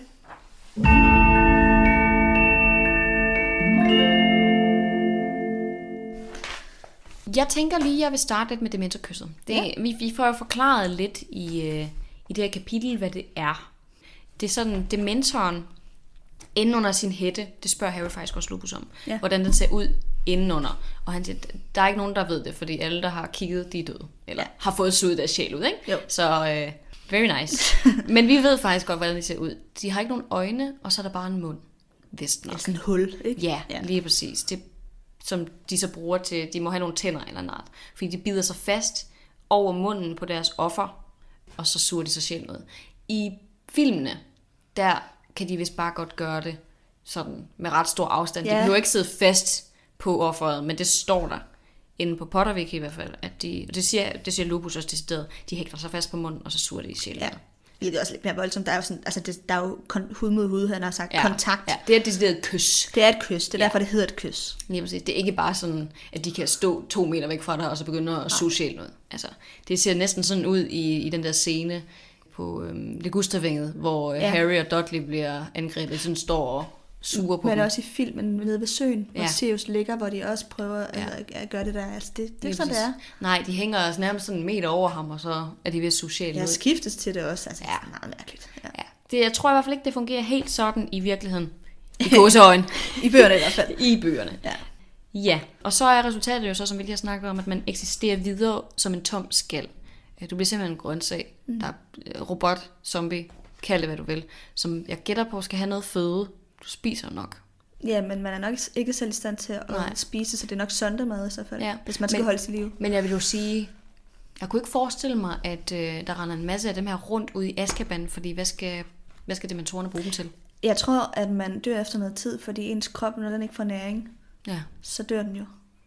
Jeg tænker lige, at jeg vil starte lidt med dementorkysset. Det, ja. vi, vi får jo forklaret lidt i, øh, i det her kapitel, hvad det er. Det er sådan, dementoren inden under sin hætte, det spørger Harry faktisk også Lupus om, ja. hvordan den ser ud indenunder. Og han siger, der er ikke nogen, der ved det, fordi alle, der har kigget, de er døde. Eller ja. har fået suget deres sjæl ud, ikke? Jo. Så øh, very nice. Men vi ved faktisk godt, hvordan de ser ud. De har ikke nogen øjne, og så er der bare en mund. Vist nok. Ja, sådan en hul, ikke? Ja, ja, lige præcis. Det, som de så bruger til, de må have nogle tænder eller noget. Fordi de bider sig fast over munden på deres offer, og så suger de sig sjæl ud. I filmene, der kan de vist bare godt gøre det sådan med ret stor afstand. Ja. De kan jo ikke sidde fast på offeret, men det står der inde på Pottervik i hvert fald, at de, og det siger, det siger Lupus også decideret, de hægter sig fast på munden, og så suger de i sjælen. Ja. Det er også lidt mere voldsomt. Der er jo, sådan, altså det, der er jo kon- hud mod hud, han har sagt, ja. kontakt. Ja, det er et decideret kys. Det er et kys, det er ja. derfor, det hedder et kys. Lige præcis. Det er ikke bare sådan, at de kan stå to meter væk fra dig, og så begynde at suge sjælen ud. Altså, det ser næsten sådan ud i, i den der scene på øhm, Ligustervænget, hvor ja. Harry og Dudley bliver angrebet, sådan står og suger på Men dem. også i filmen nede ved søen, hvor ja. Sirius ligger, hvor de også prøver ja. at, at gøre det der. Altså det, det er ikke sådan, det er. Nej, de hænger altså nærmest sådan en meter over ham, og så er de ved at suge sjælen ud. Ja, skiftes til det også. Altså, ja. det er meget mærkeligt. Ja. Ja. Det, jeg tror i hvert fald ikke, det fungerer helt sådan i virkeligheden. I gåseøjne. I bøgerne i hvert fald. I bøgerne. Ja. Ja, og så er resultatet jo så, som vi lige har snakket om, at man eksisterer videre som en tom skal. Du bliver simpelthen en grøntsag. Mm. Der er robot, zombie, kald det hvad du vil, som jeg gætter på skal have noget føde. Du spiser nok. Ja, men man er nok ikke selv i stand til at Nej. spise, så det er nok sondemad i så fald, ja. hvis man skal men, holde sit liv. Men jeg vil jo sige, jeg kunne ikke forestille mig, at øh, der render en masse af dem her rundt ud i Azkaban, fordi hvad skal, hvad skal dementorerne bruge dem til? Jeg tror, at man dør efter noget tid, fordi ens krop, når den ikke får næring, ja. så dør den jo.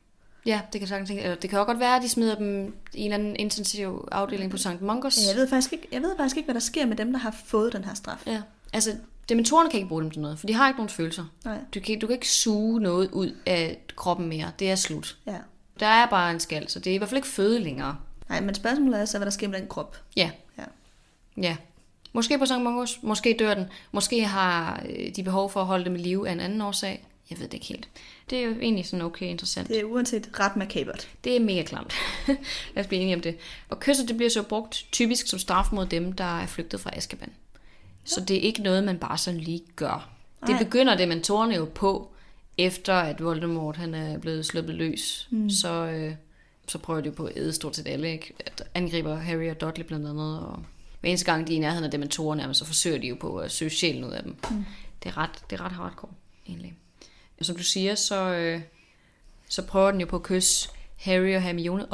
Ja, det kan sagtens tænke. Eller det kan jo godt være, at de smider dem i en eller anden intensiv afdeling på Sankt Mungo's. Ja, jeg ved faktisk ikke, jeg ved faktisk ikke, hvad der sker med dem, der har fået den her straf. Ja, altså dementorerne kan ikke bruge dem til noget, for de har ikke nogen følelser. Nej. Du kan, du kan ikke suge noget ud af kroppen mere. Det er slut. Ja. Der er bare en skal, så det er i hvert fald ikke føde længere. Nej, men spørgsmålet er så, hvad der sker med den krop. Ja. Ja. Ja. Måske på Sankt Mungo's, måske dør den. Måske har de behov for at holde dem i live af en anden årsag. Jeg ved det ikke helt. Det er jo egentlig sådan okay interessant. Det er uanset ret makabert. Det er mega klamt. Lad os blive enige om det. Og kysset, det bliver så brugt typisk som straf mod dem, der er flygtet fra Azkaban. Ja. Så det er ikke noget, man bare sådan lige gør. Det Nej. begynder dementorerne jo på, efter at Voldemort han er blevet sluppet løs. Mm. Så, øh, så prøver de jo på at æde stort set alle, ikke? At angriber Harry og Dudley blandt andet. Og hver eneste gang de er i nærheden af dementorerne, så forsøger de jo på at søge sjælen ud af dem. Mm. Det er ret, det er ret hardcore, egentlig. Som du siger, så, øh, så prøver den jo på at kysse Harry og Hermione også.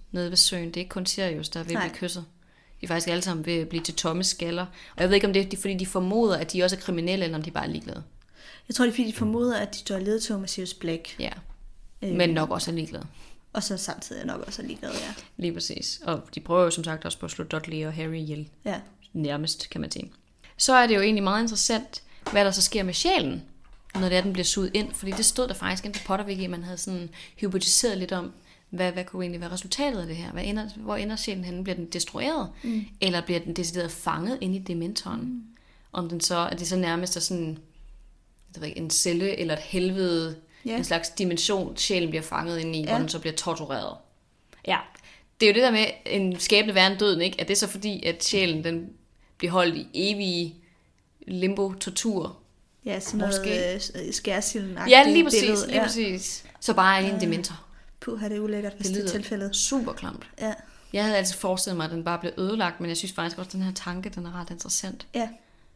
nede ved søen. Det er ikke kun Sirius, der er ved at blive kysset. De er faktisk alle sammen ved at blive til tomme skaller. Og jeg ved ikke, om det er fordi, de formoder, at de også er kriminelle, eller om de bare er ligeglade. Jeg tror, det er fordi, de formoder, at de står i ledetog med Sirius Black. Ja, øhm. men nok også er ligeglade. Og så samtidig nok også er ligeglade, ja. Lige præcis. Og de prøver jo som sagt også på at slå Dudley og Harry ihjel. Ja. Nærmest, kan man sige. Så er det jo egentlig meget interessant, hvad der så sker med sjælen, når det er, den bliver suget ind. Fordi det stod der faktisk inde på Potterwiki, man havde sådan hypotiseret lidt om, hvad, hvad kunne egentlig være resultatet af det her? Hvad ender, hvor ender sjælen henne? Bliver den destrueret? Mm. Eller bliver den decideret fanget inde i dementoren? Mm. Om den så, er det så nærmest er sådan, jeg ved ikke, en celle eller et helvede, yeah. en slags dimension, sjælen bliver fanget inde i, yeah. hvor den så bliver tortureret. Ja, det er jo det der med en skæbne værre end døden, ikke? At det er så fordi, at sjælen den bliver holdt i evige limbo-tortur. Ja, sådan noget øh, skærsilden-agtigt Ja, lige præcis, billede. lige Ja. præcis. Så bare er en dementor. Puh, det er ulækkert, hvis det, det er tilfældet. Super klamt. Ja. Jeg havde altid forestillet mig, at den bare blev ødelagt, men jeg synes faktisk også, at den her tanke, den er ret interessant. Ja.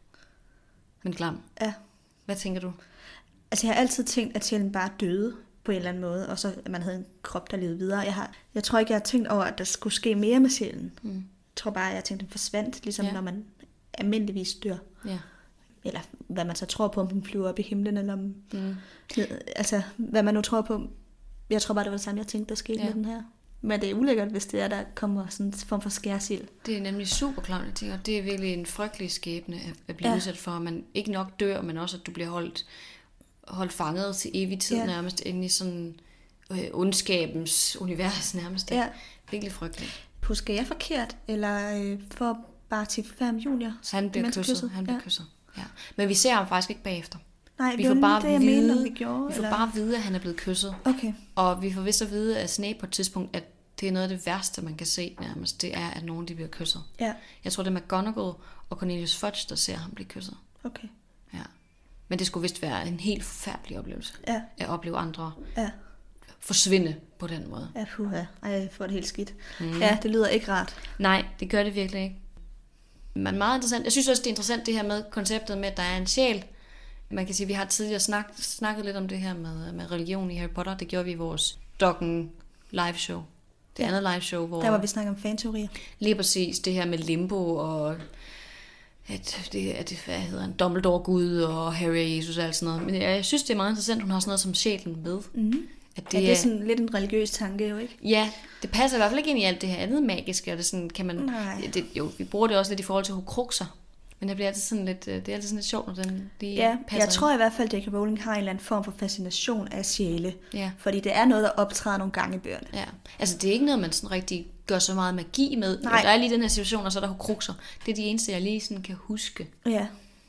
Men klam. Ja. Hvad tænker du? Altså, jeg har altid tænkt, at sjælen bare døde på en eller anden måde, og så at man havde en krop, der levede videre. Jeg, har, jeg tror ikke, jeg har tænkt over, at der skulle ske mere med sjælen. Mm. Jeg tror bare, at jeg tænkte, at den forsvandt, ligesom ja. når man almindeligvis dør. Ja. Eller hvad man så tror på, om den flyver op i himlen, eller om, mm. altså, hvad man nu tror på. Jeg tror bare, det var det samme, jeg tænkte, der skete ja. med den her. Men det er ulækkert, hvis det er, der kommer sådan en form for skærsild. Det er nemlig super klamt, jeg tænker. Det er virkelig en frygtelig skæbne at blive ja. udsat for, at man ikke nok dør, men også, at du bliver holdt, holdt fanget til evig tid ja. nærmest, inde i sådan øh, ondskabens univers nærmest. Ja. Virkelig frygteligt. Husker jeg forkert, eller øh, for Barty Fam Junior? Han bliver kysset. kysset. Han bliver ja. kysset. Ja. Men vi ser ham faktisk ikke bagefter. Nej, vi får bare det, at vide, mener, vi, gjorde, vi får bare at vide, at han er blevet kysset. Okay. Og vi får vist at vide af Snape på et tidspunkt, at det er noget af det værste, man kan se nærmest. Det er, at nogen de bliver kysset. Ja. Jeg tror, det er McGonagall og Cornelius Fudge, der ser ham blive kysset. Okay. Ja. Men det skulle vist være en helt forfærdelig oplevelse. Ja. At opleve andre ja. forsvinde på den måde. Ja, puha. Ej, jeg får det helt skidt. Mm. Ja, det lyder ikke rart. Nej, det gør det virkelig ikke. Men meget interessant. Jeg synes også, det er interessant det her med konceptet med, at der er en sjæl. Man kan sige, at vi har tidligere snak, snakket lidt om det her med, med religion i Harry Potter. Det gjorde vi i vores Doggen live show. Det ja. andet live show, hvor... Der var vi snakket om fanteorier. Lige præcis. Det her med limbo og... At det, at, hvad hedder en Dumbledore-gud og Harry og Jesus og alt sådan noget. Men jeg, jeg synes, det er meget interessant, hun har sådan noget som sjælen med. Mm. At det, ja, det er sådan lidt en religiøs tanke jo, ikke? Ja, det passer i hvert fald ikke ind i alt det her andet magiske. Og det sådan, kan man... Det, jo, vi bruger det også lidt i forhold til Horcruxer. Men det bliver altid sådan lidt, det er altid sådan lidt sjovt, når den lige ja, passer. Jeg tror ind. i hvert fald, at J K Rowling har en eller anden form for fascination af sjæle. Ja. Fordi det er noget, der optræder nogle gange i bøgerne. Ja, altså det er ikke noget, man sådan rigtig gør så meget magi med. Nej. Der er lige den her situation, og så er der Horcruxer. Det er de eneste, jeg lige sådan kan huske. Ja.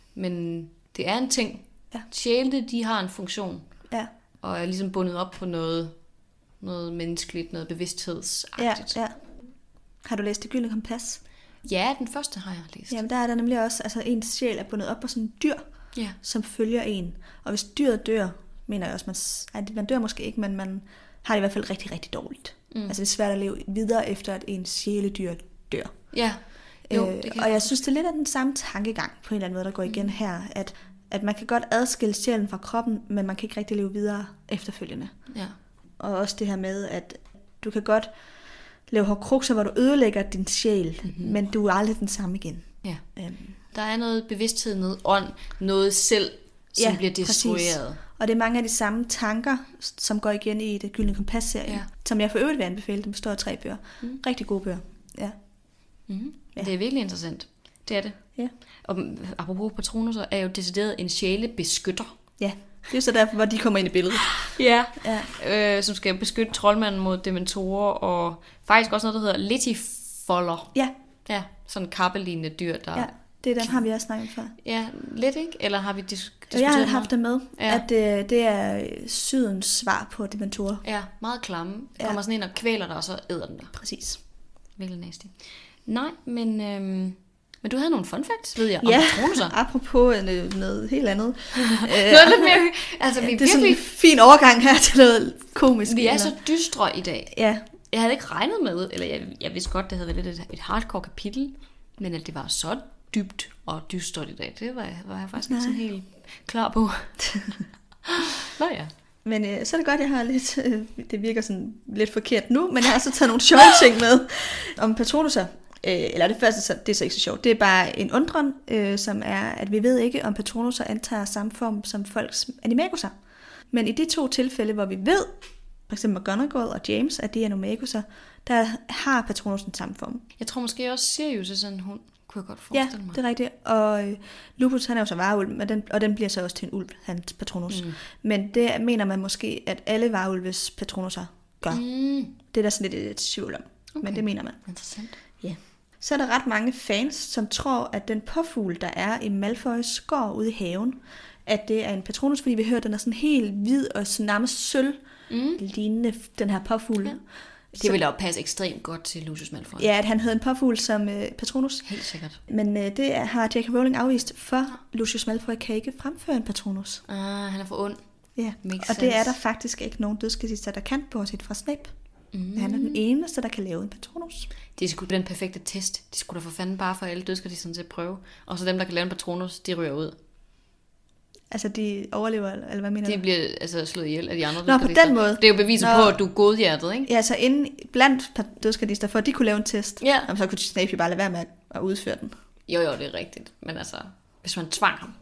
Men det er en ting. Ja. Sjælene, de har en funktion. Ja. Og er ligesom bundet op på noget, noget menneskeligt, noget bevidsthedsagtigt. Ja, ja. Har du læst Det Gyldne Kompas? Ja, den første har jeg læst. Jamen, der er der nemlig også, altså ens sjæl er bundet op på sådan en dyr, ja. som følger en. Og hvis dyret dør, mener jeg også, man, at man dør måske ikke, men man har det i hvert fald rigtig, rigtig dårligt. Mm. Altså det er svært at leve videre, efter at ens sjæledyr dør. Ja. Jo, øh, og jeg synes, det er lidt af den samme tankegang, på en eller anden måde, der går igen mm. her, at, at man kan godt adskille sjælen fra kroppen, men man kan ikke rigtig leve videre efterfølgende. Ja. Og også det her med, at du kan godt lave Horcruxer, hvor du ødelægger din sjæl, mm-hmm. men du er aldrig den samme igen. Ja. Øhm. Der er noget bevidsthed, noget ånd, noget selv, som ja, bliver destrueret. Præcis. Og det er mange af de samme tanker, som går igen i Det Gyldne Kompas-serien, ja. som jeg for øvrigt vil anbefale. Den består af tre bøger. Mm. Rigtig gode bøger. Ja. Mm-hmm. Ja. Det er virkelig interessant. Det er det. Ja. Og apropos Patronus, så er jo decideret en sjælebeskytter. Ja. Det er så derfor, hvor de kommer ind i billedet. Ja, ja. Øh, som skal beskytte troldmanden mod dementorer, og faktisk også noget, der hedder letifolder. Ja. Ja, sådan en kappelignende dyr, der... Ja, det er dem, har vi også snakket før. Ja, lidt ikke? Eller har vi dis- diskuteret Jeg har haft det med, ja. at det, det er sydens svar på dementorer. Ja, meget klamme. Det ja. kommer sådan ind og kvæler dig, og så æder den der. Præcis. Virkelig nasty. Nej, men... Øhm Men du havde nogle fun facts, ved jeg, om ja, Patronusser. Apropos noget, noget helt andet. noget lidt mere... Altså, vi det er virkelig... sådan en fin overgang her til noget komisk. Vi er eller? så dystre i dag. Ja. Jeg havde ikke regnet med, eller jeg, jeg vidste godt, det havde været et, et hardcore kapitel, men at det var så dybt og dystert i dag, det var, var jeg faktisk Nej. ikke sådan helt klar på. Nå ja. Men øh, så er det godt, jeg har lidt, øh, det virker sådan lidt forkert nu, men jeg har så taget nogle sjove ting med om Patronuser. Øh, eller det første, så, det er så ikke så sjovt. Det er bare en undren, øh, som er, at vi ved ikke, om Patronuser antager samme form som folks animaguser. Men i de to tilfælde, hvor vi ved, for eksempel McGonagall og James, at de er animaguser, der har Patronusen samme form. Jeg tror måske også Sirius er sådan en hund, kunne jeg godt forestille ja, mig. Ja, det er rigtigt. Og øh, Lupus, han er jo så varulv, og den, og den bliver så også til en ulv, hans Patronus. Mm. Men det mener man måske, at alle varulves Patronuser gør. Mm. Det er der sådan lidt et tvivl om, okay. Men det mener man. Interessant. Ja. Så er der ret mange fans, som tror, at den påfugl, der er i Malfoys gård ude i haven, at det er en Patronus, fordi vi hører, at den er sådan helt hvid og sådan nærmest sølv, mm. lignende den her påfugl. Ja. Det ville også passe ekstremt godt til Lucius Malfoy. Ja, at han havde en påfugl som øh, Patronus. Helt sikkert. Men øh, det har J K Rowling afvist, for Lucius Malfoy kan ikke fremføre en Patronus. Ah, han er for ond. Ja, Makes og sense. Det er der faktisk ikke nogen dødskasister, der kan, bortset fra Snape. Mm. Han er den eneste, der kan lave en Patronus. Det er sgu den perfekte test. De skulle da for fanden bare for alle dødskasisterne til at prøve. Og så dem, der kan lave en Patronus, de ryger ud. Altså, de overlever, eller hvad mener de du? De bliver altså slået ihjel af de andre Nå, på den måde. Det er jo beviser Nå. på, at du er godhjertet, ikke? Ja, så inden blandt dødskadister, for at de kunne lave en test, ja. Jamen, så kunne Snape jo bare lade være med at udføre den. Jo, jo, det er rigtigt. Men altså, hvis man tvang ham.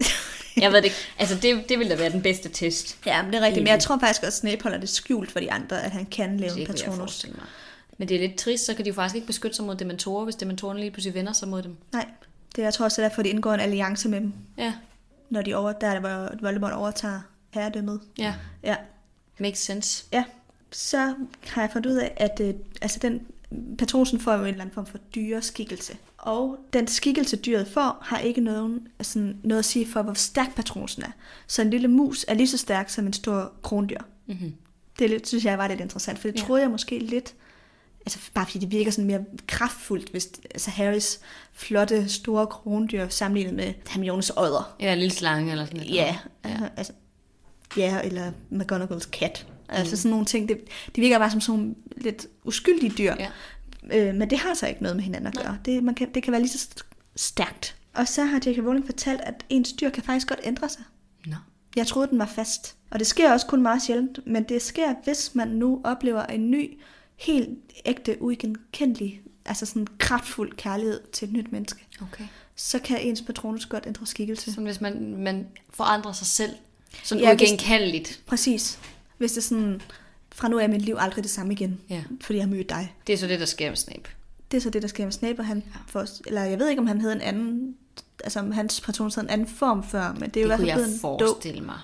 Jeg ved det ikke. Altså, det, det ville da være den bedste test. Ja, men det er rigtigt. Men jeg tror faktisk også, at Snape holder det skjult for de andre, at han kan lave en Patronus. Men det er lidt trist, så kan de jo faktisk ikke beskytte sig mod dementorer, hvis dementorerne lige pludselig vender sig mod dem. Nej, det er jeg tror også, derfor de indgår en alliance med dem. Ja. Når de over, der hvor Voldemort overtager herredømmet. Ja. Ja. Makes sense. Ja. Så har jeg fundet ud af, at øh, altså den Patronusen får jo en eller anden form for dyreskikkelse. Og den skikkelse, dyret får, har ikke nogen, altså, noget at sige for, hvor stærk Patronusen er. Så en lille mus er lige så stærk som en stor krondyr. Mm-hmm. Det lidt, synes jeg var lidt interessant, for det ja. troede jeg måske lidt, altså bare fordi det virker sådan mere kraftfuldt, hvis altså Harrys flotte, store krondyr sammenlignet med Hermiones odder. Ja, en lille slange eller sådan noget. Ja, ja. Altså, ja, eller McGonagalls kat. Altså mm. sådan nogle ting, det, de virker bare som sådan lidt uskyldige dyr. Ja. Øh, men det har så ikke noget med hinanden at gøre. Det, man kan, det kan være lige så stærkt. Og så har J K Rowling fortalt, at ens dyr kan faktisk godt ændre sig. No. Jeg troede, den var fast. Og det sker også kun meget sjældent, men det sker, hvis man nu oplever en ny, helt ægte, uigenkendelig, altså sådan kraftfuld kærlighed til et nyt menneske. Okay. Så kan ens Patronus godt ændre skikkelse. Sådan hvis man, man forandrer sig selv. Sådan ja, uigenkaldeligt. Præcis. Hvis det er sådan, fra nu er mit liv aldrig det samme igen, ja. Fordi jeg har mødt dig. Det er så det, der sker med Snape. Det er så det, der sker med Snape, og han ja. får, eller jeg ved ikke, om han havde en anden, altså om hans Patronus havde en anden form før, men det er jo i hvert fald blevet en Det kunne jeg forestille mig.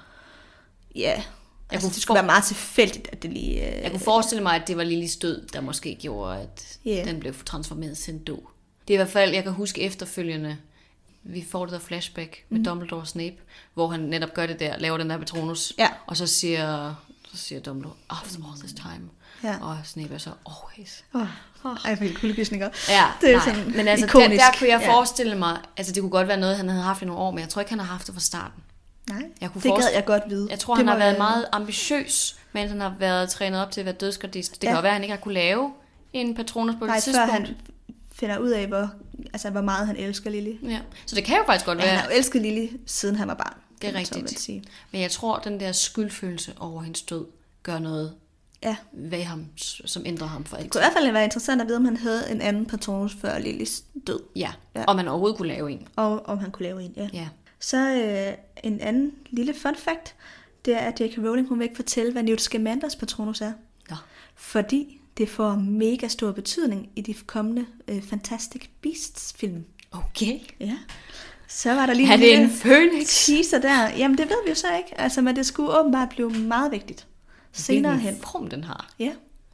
Ja, jeg altså kunne det skulle for... være meget tilfældigt, at det lige... Øh... Jeg kunne forestille mig, at det var Lillys død, der måske gjorde, at yeah. den blev transformeret til en død. Det er i hvert fald, jeg kan huske efterfølgende, vi får det der flashback med mm. Dumbledore og Snape, hvor han netop gør det der, laver den der Patronus, ja. Og så siger, så siger Dumbledore, after all this time. Ja. Og Snape er så, always. Oh. Oh. Ej, jeg fik kuldegysninger. Ja, det er nej. Sådan men altså, der, der kunne jeg forestille mig, altså det kunne godt være noget, han havde haft i nogle år, men jeg tror ikke, han har haft det fra starten. Nej, jeg kunne det gad jeg godt vide. Jeg tror, det han har været meget ambitiøs, mens han har været trænet op til at være dødsgardist. Det ja. kan jo være, at han ikke har kunne lave en Patronus på et Nej, tidspunkt. før han finder ud af, hvor, altså, hvor meget han elsker Lily. Ja. Så det kan jo faktisk godt ja, være... Han har jo elsket Lily, siden han var barn. Det er rigtigt. Sige. Men jeg tror, at den der skyldfølelse over hendes død gør noget ja. ved ham, som ændrer ham for altid. Det kunne i hvert fald være interessant at vide, om han havde en anden Patronus før Lillys død. Ja, ja. Om han overhovedet kunne lave en. Og om han kunne lave en, ja. ja. Så øh, en anden lille fun fact, det er, at J K Rowling, hun vil ikke fortælle, hvad Newt Scamanders Patronus er. Ja. Fordi det får mega stor betydning i de kommende øh, Fantastic Beasts-film. Okay. Ja. Så var der lige er en det lille en Phoenix? teaser der. Jamen det ved vi jo så ikke. Altså, men det skulle åbenbart blive meget vigtigt. Senere hen. Hvilken form den har. Ja.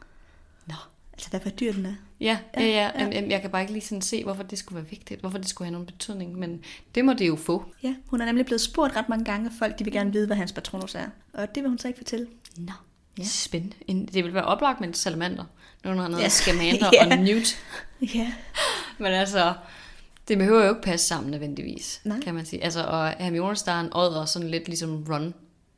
Nå. Altså, hvad for dyr den er. Ja, ja, ja. ja. Jamen, jeg kan bare ikke lige sådan se, hvorfor det skulle være vigtigt. Hvorfor det skulle have nogen betydning. Men det må det jo få. Ja, hun er nemlig blevet spurgt ret mange gange af folk, de vil gerne vide, hvad hans Patronus er. Og det vil hun så ikke fortælle. Nå, ja. Spændende. Det vil være oplagt med en salamander. Nu har noget ja. Scamander ja. og Newt. Ja. Men altså... Det behøver jo ikke passe sammen nødvendigvis, Nej. kan man sige. Altså, og Hermione der er en odder, sådan lidt ligesom Ron.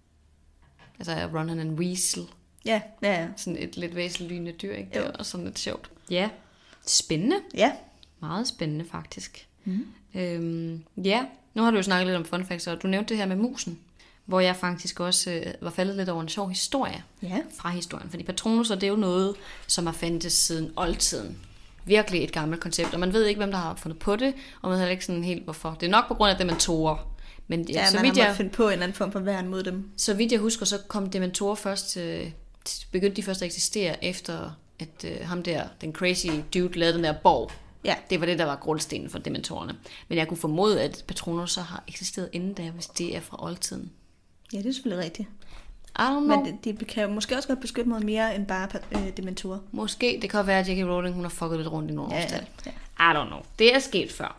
Altså, Ron er en weasel. Ja, ja, ja. Sådan et lidt væsellyende dyr, ikke? Det er også sådan lidt sjovt. Ja, spændende. Ja. Meget spændende, faktisk. Mm. Øhm, ja, nu har du jo snakket lidt om fun facts, og du nævnte det her med musen. hvor jeg faktisk også øh, var faldet lidt over en sjov historie ja. fra historien. Fordi Patronus, det er jo noget, som har fandtes siden oldtiden. Virkelig et gammelt koncept, og man ved ikke, hvem der har fundet på det, og man ved ikke sådan helt, hvorfor. Det er nok på grund af dementorer. Men ja, ja, så man vidt har jeg, finde på en eller anden form for værn mod dem. Så vidt jeg husker, så kom dementorer først, øh, begyndte de først at eksistere, efter at øh, ham der, den crazy dude, lavede den der borg. Ja. Det var det, der var grundstenen for dementorerne. Men jeg kunne formode, at Patronus så har eksisteret inden da, hvis det er fra oldtiden. Ja, det er selvfølgelig rigtigt. I don't know. Men de kan jo måske også godt beskytte mod mere end bare øh, dementorer. Måske. Det kan være, at J K Rowling hun har fucket lidt rundt i nogle ja, årstal. Ja. I don't know. Det er sket før.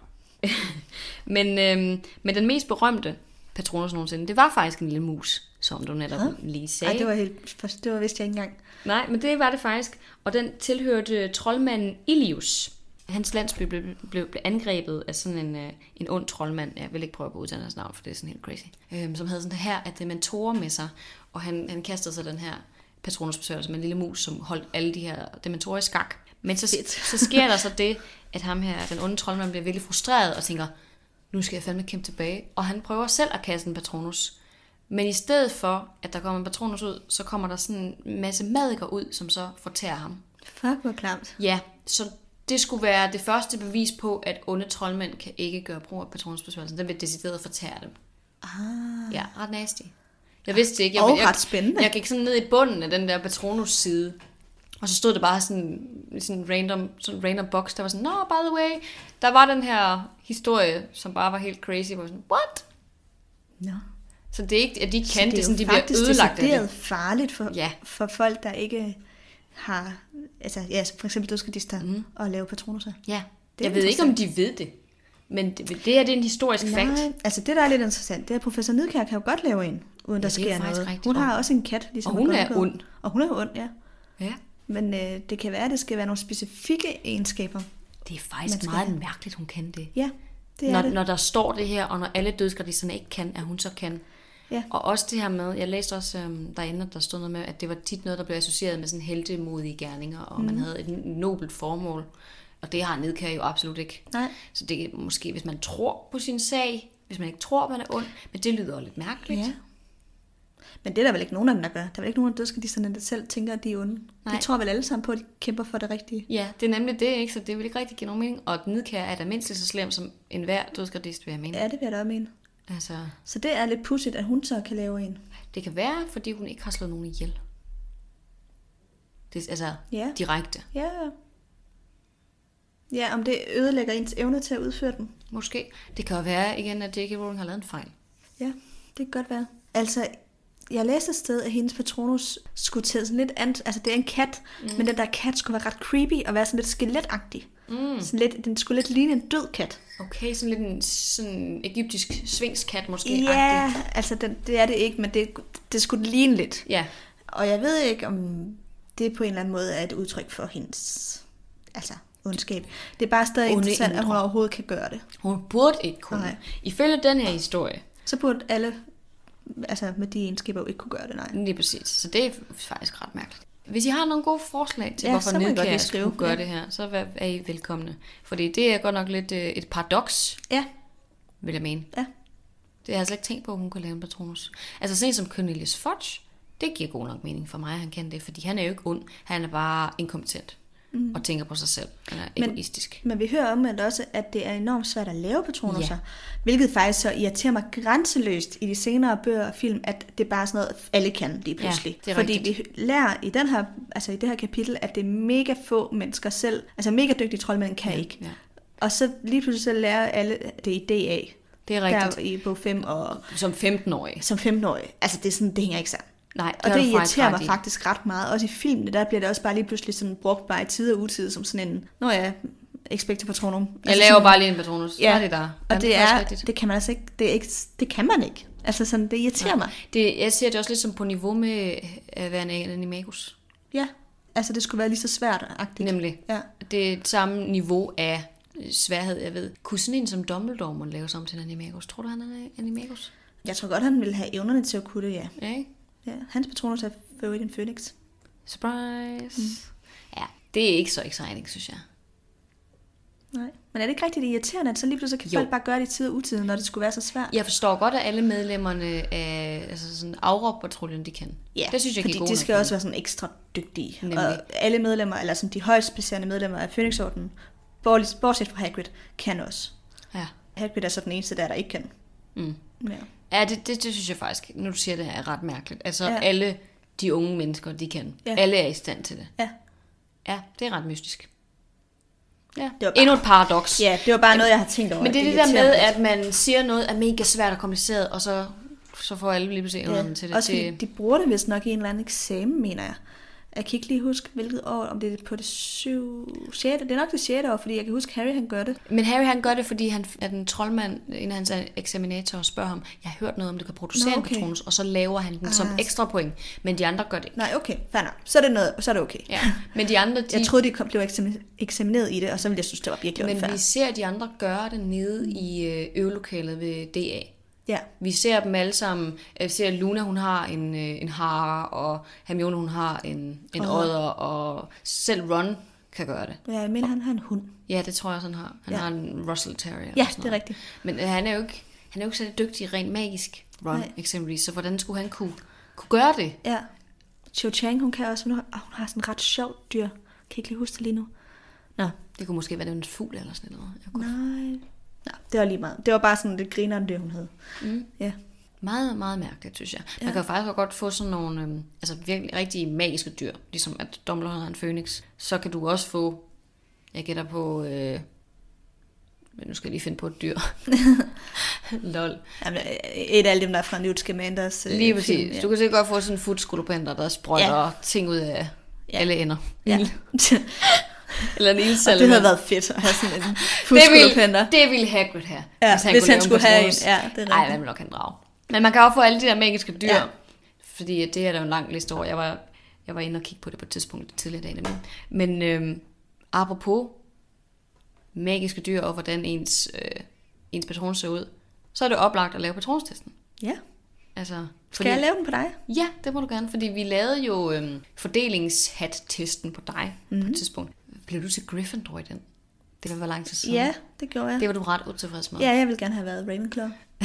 men, øhm, men den mest berømte Patronus nogensinde, det var faktisk en lille mus, som du netop huh? lige sagde. Ej, det var helt, det var vist jeg ikke engang. Nej, men det var det faktisk. Og den tilhørte troldmanden Ilius. Hans landsby blev, blev, blev angrebet af sådan en, uh, en ond troldmand. Jeg vil ikke prøve at udtale hans navn, for det er sådan helt crazy. Øhm, som havde sådan her af dementorer med sig. Og han, han kastede sig den her Patronus-besøgelse med en lille mus, som holdt alle de her dementorer i skak. Men så, så sker der så det, at ham her, den onde troldmand, bliver virkelig frustreret og tænker, nu skal jeg fandme kæmpe tilbage. Og han prøver selv at kaste en Patronus. Men i stedet for, at der kommer en Patronus ud, så kommer der sådan en masse madikker ud, som så fortærer ham. Fuck, hvor klamt. Ja, så det skulle være det første bevis på, at onde troldmænd kan ikke gøre brug af Patronusbesværgelsen. Den vil decideret fortære dem. Ah. Ja, ret nasty. Jeg vidste det ikke. Jeg, og jeg, ret spændende. Jeg, jeg gik sådan ned i bunden af den der Patronus-side, og så stod det bare sådan en random, sådan random box, der var sådan, no, by the way, der var den her historie, som bare var helt crazy, hvor sådan, what? No. Så det er ikke, at de så kan det, det sådan, de bliver ødelagt af det. Det er farligt for, ja. for folk, der ikke har, altså ja, for eksempel dødskadister mm. og lave patronuser. Ja, det jeg ved ikke, om de ved det, men det, det her det er en historisk Nej, fakt. altså det, der er lidt interessant, det er, at professor Nidkjær kan jo godt lave en, uden ja, der sker noget. Rigtigt. Hun har også en kat, ligesom og hun er ond. Og hun er ond, ja. Ja. Men øh, det kan være, at det skal være nogle specifikke egenskaber. Det er faktisk meget have. mærkeligt, hun kan det. Ja, det er når, det. Når der står det her, og når alle dødsgardisterne ikke kan, at hun så kan. Ja. Og også det her med, jeg læste også øhm, derinde, at der stod noget med, at det var tit noget, der blev associeret med sådan heltemodige gerninger, og mm. man havde et nobelt formål. Og det har Nidkjær jo absolut ikke. Nej. Så det er måske, hvis man tror på sin sag, hvis man ikke tror, man er ond, men det lyder jo lidt mærkeligt. Ja. Men det er der vel ikke nogen af dem, der gør. Der er vel ikke nogen af dødsgardisterne, der selv tænker, at de er onde. Nej. De tror vel alle sammen på, at de kæmper for det rigtige. Ja, det er nemlig det, ikke? Så det vil ikke rigtig give nogen mening. Og Nidkjær er da mindst så slem som enhver dødsgardist, vil jeg mene. Ja, det vil jeg da også mene. Altså, så det er lidt pudsigt, at hun så kan lave en. Det kan være, fordi hun ikke har slået nogen ihjel. Det er altså ja. direkte. Ja. Ja, om det ødelægger ens evne til at udføre den. Måske. Det kan jo være igen, at J K Rowling har lavet en fejl. Ja, det kan godt være. Altså, jeg læste et sted, at hendes Patronus skulle til sådan lidt andet. Altså, det er en kat, mm. men den der kat skulle være ret creepy og være sådan lidt skeletagtig. Mm. Sådan lidt, den skulle lidt ligne en død kat. Okay, sådan lidt en sådan egyptisk svingskat måske. Ja, altså den, det er det ikke, men det, det skulle ligne lidt. Ja. Og jeg ved ikke, om det på en eller anden måde er et udtryk for hendes altså ondskab. Det er bare stadig Onde interessant, indre. At hun overhovedet kan gøre det. Hun burde ikke kunne. Nej. Ifølge den her historie, så burde alle altså med de egenskaber ikke kunne gøre det, nej. Lige præcis. Så det er faktisk ret mærkeligt. Hvis I har nogle gode forslag til, ja, hvorfor Nidkjær skulle gøre ja. det her, så er I velkomne. Fordi det er godt nok lidt øh, et paradoks, ja. vil jeg mene. Ja. Det har jeg slet ikke tænkt på, at hun kunne lave en Patronus. Altså sådan som Cornelius Fudge, det giver god nok mening for mig, at han kan det, fordi han er jo ikke ond. Han er bare inkompetent. Mm. Og tænker på sig selv. Han er men, egoistisk. Men vi hører omvendt også, at det er enormt svært at lave Patronusser. Ja. Hvilket faktisk så irriterer mig grænseløst i de senere bøger og film, at det er bare sådan noget, alle kan lige pludselig. Ja, fordi rigtigt. Vi lærer i, den her, altså i det her kapitel, at det er mega få mennesker selv, altså mega dygtige troldmænd kan ja, ikke. Ja. Og så lige pludselig så lærer alle det i D A. Det er rigtigt. Der i bog fem og... Som femten-årig. Som femten-årig. Altså det er sådan, det hænger ikke sammen. Nej, det og det irriterer mig faktisk ret meget. Også i filmene, der bliver det også bare lige pludselig sådan brugt bare i tid og utid, som sådan en, nå ja, expecto patronum. Jeg altså laver sådan, bare lige en patronus. Ja, det der. Og det, det er, det kan man altså ikke, det, er ikke, det kan man ikke. Altså sådan, det irriterer ja. mig. Det, jeg ser det også lidt som på niveau med at være en animagus. Ja, altså det skulle være lige så svært-agtigt. Nemlig. Ja. Det er et samme niveau af sværhed, jeg ved. Kunne sådan en som Dumbledore må lave som til en animagus? Tror du, han er en animagus? Jeg tror godt, han ville have evnerne til at kunne det, ja. Ja, ikke? Ja, hans patronus er favorit en Phoenix. Surprise. Mm. Ja, det er ikke så exciting, synes jeg. Nej, men er det ikke rigtig irriterende, at så lige pludselig kan jo. folk bare gøre det i tid og utid, når det skulle være så svært? Jeg forstår godt, at alle medlemmerne af altså sådan Aura-patruljen, de kan. Ja, det synes jeg fordi de skal også være sådan ekstra dygtige. Nemlig. Og alle medlemmer, eller sådan de højst placerende medlemmer af Phoenix-ordenen, bortset fra Hagrid, kan også. Ja. Hagrid er så den eneste der, der ikke kan. Mm. Ja, ja det, det, det synes jeg faktisk, nu du siger det, er ret mærkeligt. Altså ja. alle de unge mennesker, de kan. Ja. Alle er i stand til det. Ja. Ja, det er ret mystisk. Ja. Det var bare, endnu et paradoks. Ja, det var bare noget, jeg har tænkt over. Men det er det der med, at man siger noget er mega svært og kompliceret, og så, så får alle lige pludselig evnerne ja. til det. Også det... de bruger det vist nok i en eller anden eksamen, mener jeg. Jeg kan ikke lige huske, hvilket år, om det er på det syv, sjette. Det er nok det sjette år, fordi jeg kan huske, Harry han gør det. Men Harry han gør det, fordi han er den troldmand, en af hans eksaminatorer, spørger ham, jeg har hørt noget om, det kan producere Nå, okay. en Patronus, og så laver han den ah. som ekstra point. Men de andre gør det ikke. Nej, okay, fair nok. Så er det, noget, så er det okay. Ja. Men de andre, de... Jeg troede, de kom, blev eksamineret i det, og så ville jeg synes, det var virkelig unfair. Men vi ser de andre gøre det nede i øvelokalet ved D A. Ja. Vi ser dem alle sammen. Vi ser, at Luna, hun har en, en hare, og Hermione, hun har en, en oh. odder, og selv Ron kan gøre det. Ja, jeg mener, han har en hund. Ja, det tror jeg også, han har. Han ja. har en Russell Terrier. Ja, det er rigtigt. Men han er jo ikke, han er jo ikke så dygtig rent magisk, Ron Nej. eksempelvis. Så hvordan skulle han kunne, kunne gøre det? Ja. Cho Chang, hun kan også, hun har, hun har sådan en ret sjovt dyr. Kan jeg ikke lige huske det lige nu. Nå. Det kunne måske være en fugl eller sådan noget. Jeg kunne... Nej. Nej, det var lige meget. Det var bare sådan lidt grinerende dyr, hun havde. Mm. Ja. Meget, meget mærkeligt, synes jeg. Man ja. kan jo faktisk godt få sådan nogle, øhm, altså virkelig rigtig magiske dyr, ligesom at Dumbledore har en Phoenix. Så kan du også få, jeg gætter på, øh, men nu skal jeg lige finde på et dyr. Lol. Jamen, et af alle dem, der er fra Newt Scamander's øh, lige præcis. Film, ja. Du kan sikkert godt få sådan en futskolopenter, der sprøjter ja. ting ud af ja. alle ender. Ja. Eller en ildsalve. Det havde været fedt at have sådan en fudskolopenter. Det, det ville Hagrid have, ja, hvis han, hvis han skulle have en. Ja, det er Ej, hvad vil nok han drage. Men man kan også få alle de der magiske dyr, ja. fordi det er der jo en lang liste over. Jeg var, jeg var inde og kigge på det på et tidspunkt tidligere i dagen. Men øhm, apropos magiske dyr og hvordan ens, øh, ens patron ser ud, så er det oplagt at lave patronstesten. Ja. Altså, fordi, fordi, skal jeg lave den på dig? Ja, det må du gerne, fordi vi lavede jo øhm, fordelingshat-testen på dig mm-hmm. på et tidspunkt. Blev du til Gryffindor i den? Det var hvor lang tid siden. Ja, det gjorde jeg. Det var du ret utilfreds med. Ja, jeg ville gerne have været Ravenclaw.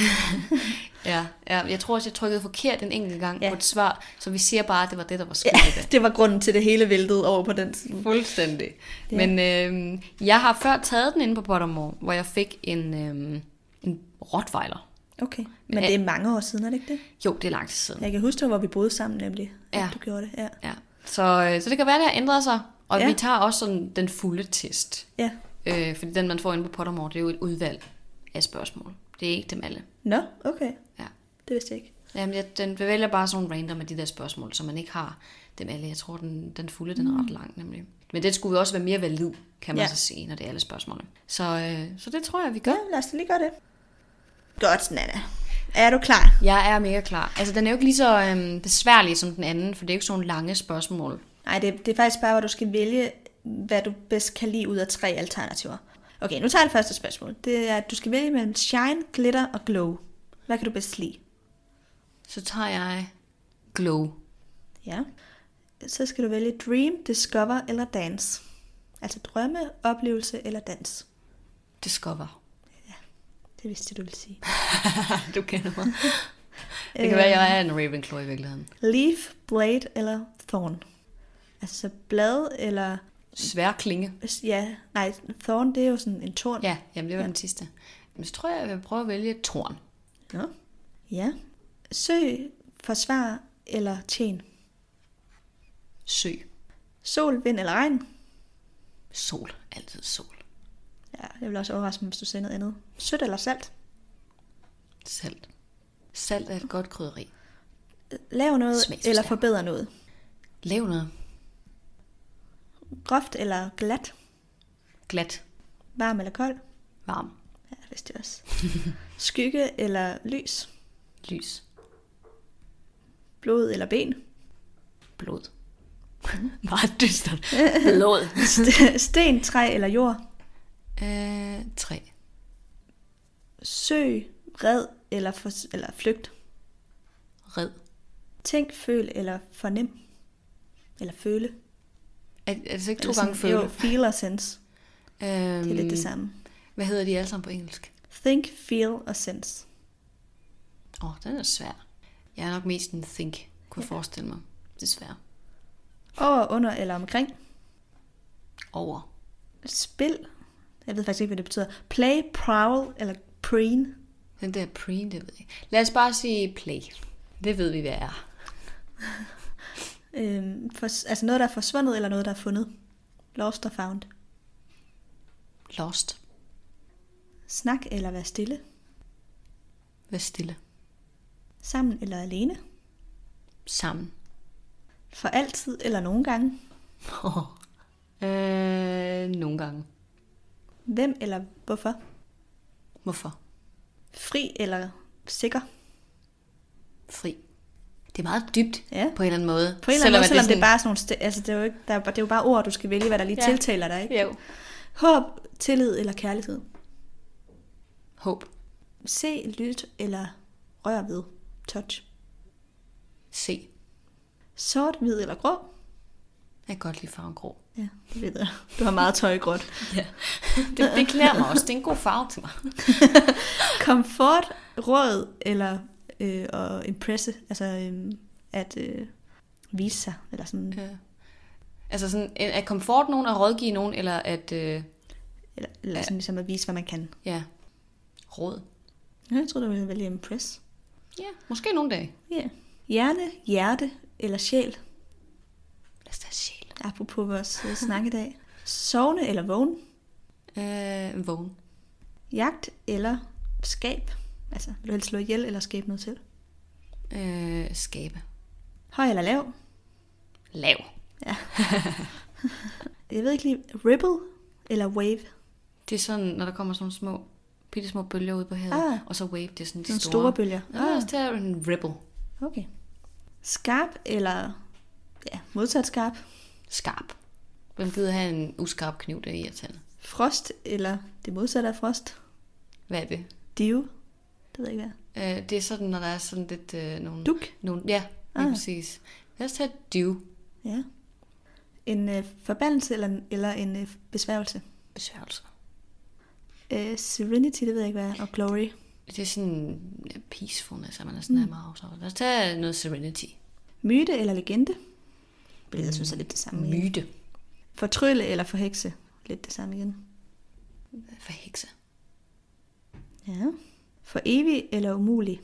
ja, ja, jeg tror også, jeg trykkede forkert en enkelt gang ja. på et svar, så vi siger bare, at det var det, der var sket. Ja, det var grunden til det hele væltede over på den side. Fuldstændig. Ja. Men øh, jeg har før taget den inde på Pottermore, hvor jeg fik en, øh, en Rottweiler. Okay, men, men det er mange år siden, er det ikke det? Jo, det er lang tid siden. Jeg kan huske, hvor vi boede sammen nemlig, ja. at du gjorde det. Ja. Ja. Så, øh, så det kan være, det har ændret sig. Og ja. vi tager også sådan den fulde test. Ja. Øh, fordi den, man får inde på Pottermore, det er jo et udvalg af spørgsmål. Det er ikke dem alle. Nå, okay. Ja. Det vidste jeg ikke. Jamen, jeg, den vælger bare sådan nogle random af de der spørgsmål, så man ikke har dem alle. Jeg tror, den, den fulde, den er ret lang nemlig. Men det skulle jo også være mere valid, kan man ja. så sige, når det er alle spørgsmålene. Så, øh, så det tror jeg, vi gør. Ja, lad os lige gøre det. Godt, Nana. Er du klar? Jeg er mega klar. Altså, den er jo ikke lige så øhm, besværlig som den anden, for det er jo ikke sådan nogle lange spørgsmål. Nej, det, det er faktisk bare, hvor du skal vælge, hvad du bedst kan lide ud af tre alternativer. Okay, nu tager jeg det første spørgsmål. Det er, at du skal vælge mellem shine, glitter og glow. Hvad kan du bedst lide? Så tager jeg glow. Ja. Så skal du vælge dream, discover eller dance. Altså drømme, oplevelse eller dans. Discover. Ja, det vidste jeg, du ville sige. Du kender mig. Det kan være, jeg er en Ravenclaw i virkeligheden. Leaf, blade eller thorn. Altså blad eller... Sværklinge. Ja, nej, thorn, det er jo sådan en torn. Ja, jamen det var ja. den sidste. Men så tror jeg, jeg vil prøve at vælge torn. Ja. Ja. Søg, forsvar eller tjen. Søg. Sol, vind eller regn. Sol. Altid sol. Ja, jeg vil også overraske mig, hvis du siger noget andet. Sødt eller salt? Salt. Salt er et godt krydderi. Lav noget eller forbedre noget. Lav noget. Groft eller glat? Glat. Varm eller kold? Varm. Ja, det vidste jeg også. Skygge eller lys? Lys. Blod eller ben? Blod. Meget dystert. Blod. Sten, træ eller jord? Øh, træ. Søg, red eller, for, eller flygt? Red. Tænk, føl eller fornem? Eller føle? Er, er det så ikke to gange føle? Jo, feel og sense. det er lidt det samme. Hvad hedder de alle sammen på engelsk? Think, feel og sense. Åh, oh, den er svær. Jeg er nok mest en think, kunne jeg ja. forestille mig. Desværre. Over, under eller omkring? Over. Spil. Jeg ved faktisk ikke, hvad det betyder. Play, prowl eller preen? Den der preen, det ved jeg ikke. Lad os bare sige play. Det ved vi, hvad er. øhm, for, altså noget, der er forsvundet, eller noget, der er fundet? Lost og found? Lost. Snak eller være stille? Vær stille. Sammen eller alene? Sammen. For altid eller nogle gange? Oh. Øh, nogle gange. Hvem eller hvorfor? Hvorfor? Fri eller sikker? Fri. Det er meget dybt ja. på en eller anden måde. På en eller anden måde, selvom det, sådan... det er bare sådan nogle st- altså det er jo ikke, der er, det er jo bare ord, du skal vælge, hvad der lige ja. tiltaler dig, ikke? Jo. Håb, tillid eller kærlighed? Håb. Se, lyt eller rør ved? Touch. Se. Sort, hvid eller grå? Jeg kan godt lide farven grå. Ja, det ved jeg. Du har meget tøj i gråt. Ja. Det, det klæder mig også. Det er en god farve til mig. Komfort, råd eller øh, at impresse, altså øh, at øh, vise sig, eller sådan. Ja. Altså sådan, at komfort nogen, at rådgive nogen, eller at... Øh, eller, eller sådan ligesom at vise, hvad man kan. Ja. Råd. Ja, jeg tror, du ville vælge impress. Ja, måske nogle dage. Ja. Hjerne, hjerte eller sjæl? Lad os tage sjæl. Apropos vores uh, snak i dag. Sovne eller vågen? Øh, vågen. Jagt eller skab? Altså, vil du helst slå ihjel eller skabe noget til? Øh, skabe. Høj eller lav? Lav. Ja. Jeg ved ikke lige, ripple eller wave? Det er sådan, når der kommer sådan nogle små, bitte små bølger ud på havet, ah. og så wave, det er sådan de store. store bølger. Ja, ah. det er en ripple. Okay. Skarp eller ja, modsat skarp? Skarp. Hvem gider have en uskarp kniv, der er irriterende? Frost eller det modsatte af frost? Hvad er det? Dew. Det ved jeg ikke hvad. Øh, det er sådan, når der er sådan lidt... Øh, nogle, Duk? Nogle, ja, lige ah. præcis. Lad os tage dew. Ja. En øh, forbandelse eller, eller en øh, besværgelse? Besværgelse. Øh, serenity, det ved jeg ikke hvad er, og glory. Det er sådan ja, peacefulness, at man er sådan mm. meget afslappet. Lad os tage noget serenity. Myte eller legende? Det jeg synes er lidt det samme. Myte. Igen. Fortrylle eller forhekse? Lidt det samme igen. Forhekse. Ja. For evig eller umulig?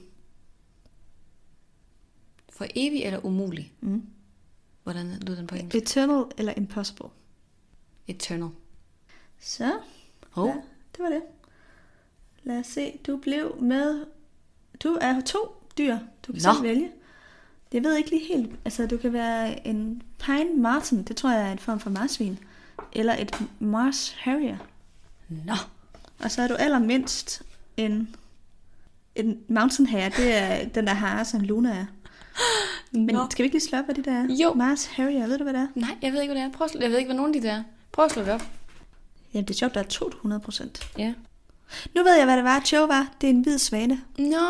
For evig eller umulig? Mm. Hvordan lyder den på engelsk? Eternal eller impossible? Eternal. Så. Oh. Ja, det var det. Lad os se. Du blev med... Du er to dyr. Du kan Nå. selv vælge. Jeg ved ikke lige helt... Altså, du kan være en Pine Marten. Det tror jeg er en form for marsvin. Eller et Mars Harrier. Nå. Og så er du allermindst en... En Mountain Hare. Det er den der hare, som Luna er. Men Nå. skal vi ikke lige slå op, hvad det der er? Jo. Mars Harrier. Ved du, hvad det er? Nej, jeg ved ikke, hvad det er. Prøv at slå... Jeg ved ikke, hvad nogen af de der er. Prøv at slå det op. Jamen, det er sjovt, der er to hundrede procent. Ja. Nu ved jeg, hvad det var. Joe var. Det er en hvid svane. Nå.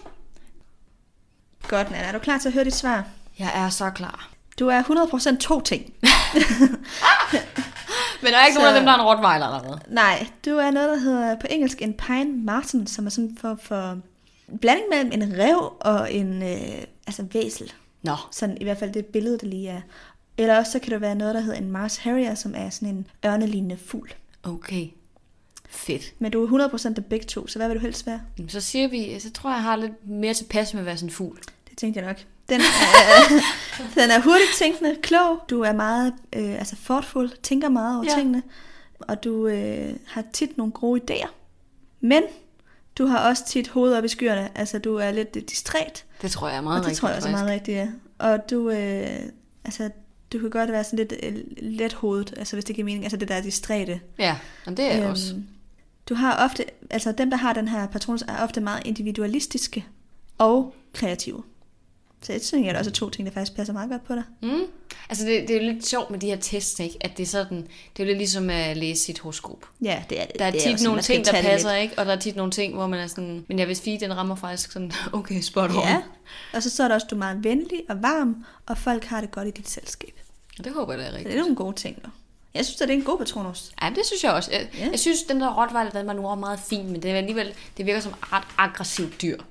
Godt, Nana. Er du klar til at høre dit svar? Jeg er så klar. Du er hundrede procent to ting. Men der er ikke så... nogen af dem, der er en rottweiler eller hvad? Nej, du er noget, der hedder på engelsk en Pine Marten, som er sådan for, for blanding mellem en ræv og en øh, altså væsel. Nå. Sådan i hvert fald det billede, der lige er. Eller også så kan det være noget, der hedder en Mars Harrier, som er sådan en ørnelignende fugl. Okay. Fedt. Men du er hundrede procent af begge to, så hvad vil du helst være? Så siger vi, så tror jeg, jeg har lidt mere tilpas med at være sådan en fugl. Det tænkte jeg nok. Den er, den er hurtigt tænkende, klog. Du er meget øh, altså thoughtful, tænker meget over ja. tingene. Og du øh, har tit nogle gode idéer. Men du har også tit hovedet op i skyerne. Altså du er lidt distræt. Det tror jeg er meget rigtigt. Og det rigtigt, tror jeg også er meget rigtigt, ja. Og du, øh, altså, du kan godt være sådan lidt øh, let hovedet, altså hvis det giver mening. Altså det der er distræte. Ja, og det er jeg øhm, også. Du har ofte, altså dem der har den her patron, er ofte meget individualistiske og kreative. Så jeg synes, at der er også to ting, der faktisk passer meget godt på dig. Mm. Altså det, det er jo lidt sjovt med de her tests, ikke? At det er sådan, det er jo lidt ligesom at læse sit horoskop. Ja, det er det. Der er det tit er nogle ting, der passer, ikke? Og der er tit nogle ting, hvor man er sådan, men jeg vil sige, den rammer faktisk sådan, okay, spot on. Ja, og så, så er der også, du er meget venlig og varm, og folk har det godt i dit selskab. Og det håber jeg, det er rigtigt. Så det er nogle gode ting, da. Jeg synes, at det er en god Patronus. Ja, det synes jeg også. Jeg, yeah. jeg synes, den der rottweiler, den var nu meget fin, men det er alligevel, det virker som ret aggressivt dyr.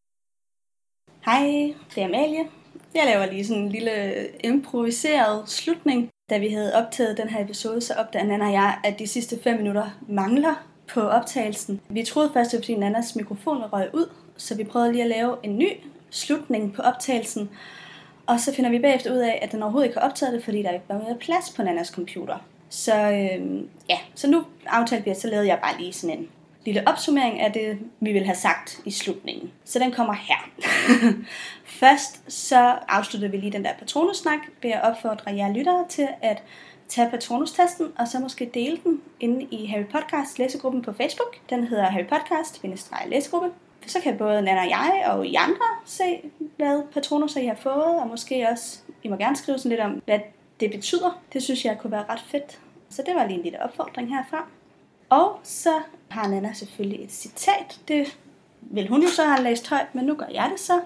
Hej, det er Amalie. Jeg laver lige sådan en lille improviseret slutning. Da vi havde optaget den her episode, så opdagede Nana og jeg, at de sidste fem minutter mangler på optagelsen. Vi troede først, at fordi Nanas mikrofon røg ud, så vi prøvede lige at lave en ny slutning på optagelsen. Og så finder vi bagefter ud af, at den overhovedet ikke har optaget det, fordi der ikke var mere plads på Nanas computer. Så øh, ja, så nu aftalte vi, at så lavede jeg bare lige sådan en lille opsummering af det, vi ville have sagt i slutningen. Så den kommer her. Først så afslutter vi lige den der Patronus-snak ved at opfordre jer lyttere til at tage Patronus-testen, og så måske dele den inde i Harry Podcast læsegruppen på Facebook. Den hedder Harry Podcast-læsegruppe. Så kan både Nana og jeg og I andre se, hvad Patronus I har fået, og måske også, I må gerne skrive sådan lidt om, hvad det betyder. Det synes jeg kunne være ret fedt. Så det var lige en lille opfordring herfra. Og så har Nana selvfølgelig et citat. Det vil hun jo så have læst højt, men nu gør jeg det så.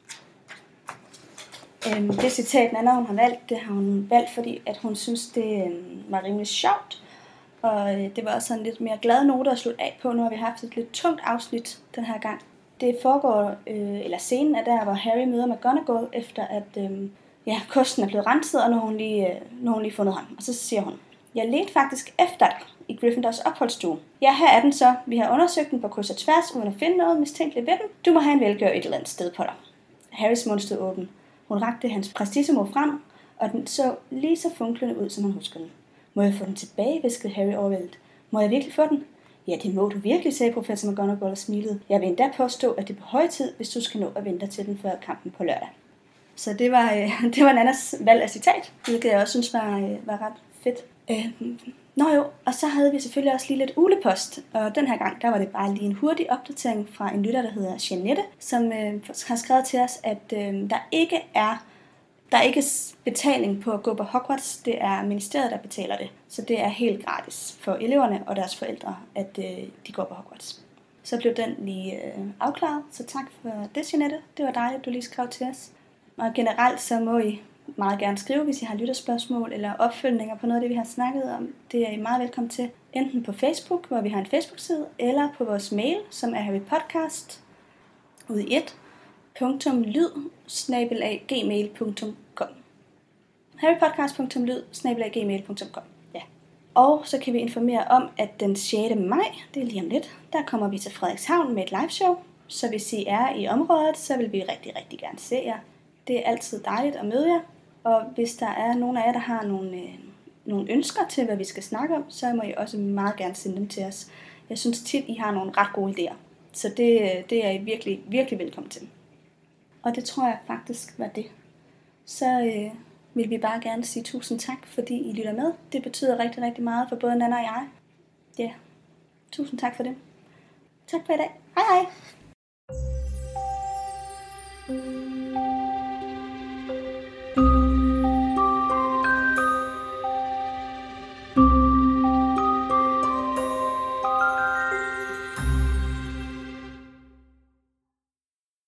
Øhm, det citat, Nana hun har valgt, det har hun valgt, fordi at hun synes, det øhm, var rimelig sjovt. Og øh, det var også sådan lidt mere glad note at slutte af på. Nu har vi haft et lidt tungt afsnit den her gang. Det foregår, øh, eller scenen er der, hvor Harry møder McGonagall, efter at øh, ja, kosten er blevet renset, og nu har hun lige, øh, nu har hun lige fundet ham. Og så siger hun, jeg ledte faktisk efter dig i Gryffindors opholdsstue. Ja, her er den så. Vi har undersøgt den på kryds og tværs, uden at finde noget mistænkeligt ved den. Du må have en velgør et eller andet sted på dig. Harrys mund stod åben. Hun rakte hans præstissimo frem, og den så lige så funklende ud, som han huskede den. Må jeg få den tilbage, viskede Harry overvældet. Må jeg virkelig få den? Ja, det må du virkelig, sagde professor McGonagall og smilede. Jeg vil endda påstå, at det er på høj tid, hvis du skal nå at vente til den før kampen på lørdag. Så det var, øh, det var Nannas valg af citat, hvilket jeg også synes var, øh, var ret fedt. Øh, nå jo, og så havde vi selvfølgelig også lige lidt ulepost, og den her gang, der var det bare lige en hurtig opdatering fra en lytter, der hedder Jeanette, som øh, har skrevet til os, at øh, der ikke er Der er ikke betaling på at gå på Hogwarts, det er ministeriet, der betaler det. Så det er helt gratis for eleverne og deres forældre, at øh, de går på Hogwarts. Så blev den lige øh, afklaret, så tak for det, Jeanette. Det var dejligt, at du lige skrev til os. Og generelt så må I meget gerne skrive, hvis I har lytterspørgsmål eller opfølgninger på noget af det, vi har snakket om. Det er I meget velkommen til, enten på Facebook, hvor vi har en Facebook-side, eller på vores mail, som er harrypodcast ude i et. .lyd snabel-a gmail punktum com harrypodcast punktum lyd snabel-a gmail punktum com. Ja. Og så kan vi informere om, at den sjette maj, det er lige om lidt, der kommer vi til Frederikshavn med et liveshow. Så hvis I er i området, så vil vi rigtig, rigtig gerne se jer. Det er altid dejligt at møde jer. Og hvis der er nogen af jer, der har nogle, øh, nogle ønsker til, hvad vi skal snakke om, så må I også meget gerne sende dem til os. Jeg synes tit, I har nogle ret gode idéer. Så det, det er I virkelig, virkelig velkommen til. Og det tror jeg faktisk var det. Så øh, vil vi bare gerne sige tusind tak, fordi I lytter med. Det betyder rigtig, rigtig meget for både Nana og jeg. Ja, tusind tak for det. Tak for i dag. Hej hej.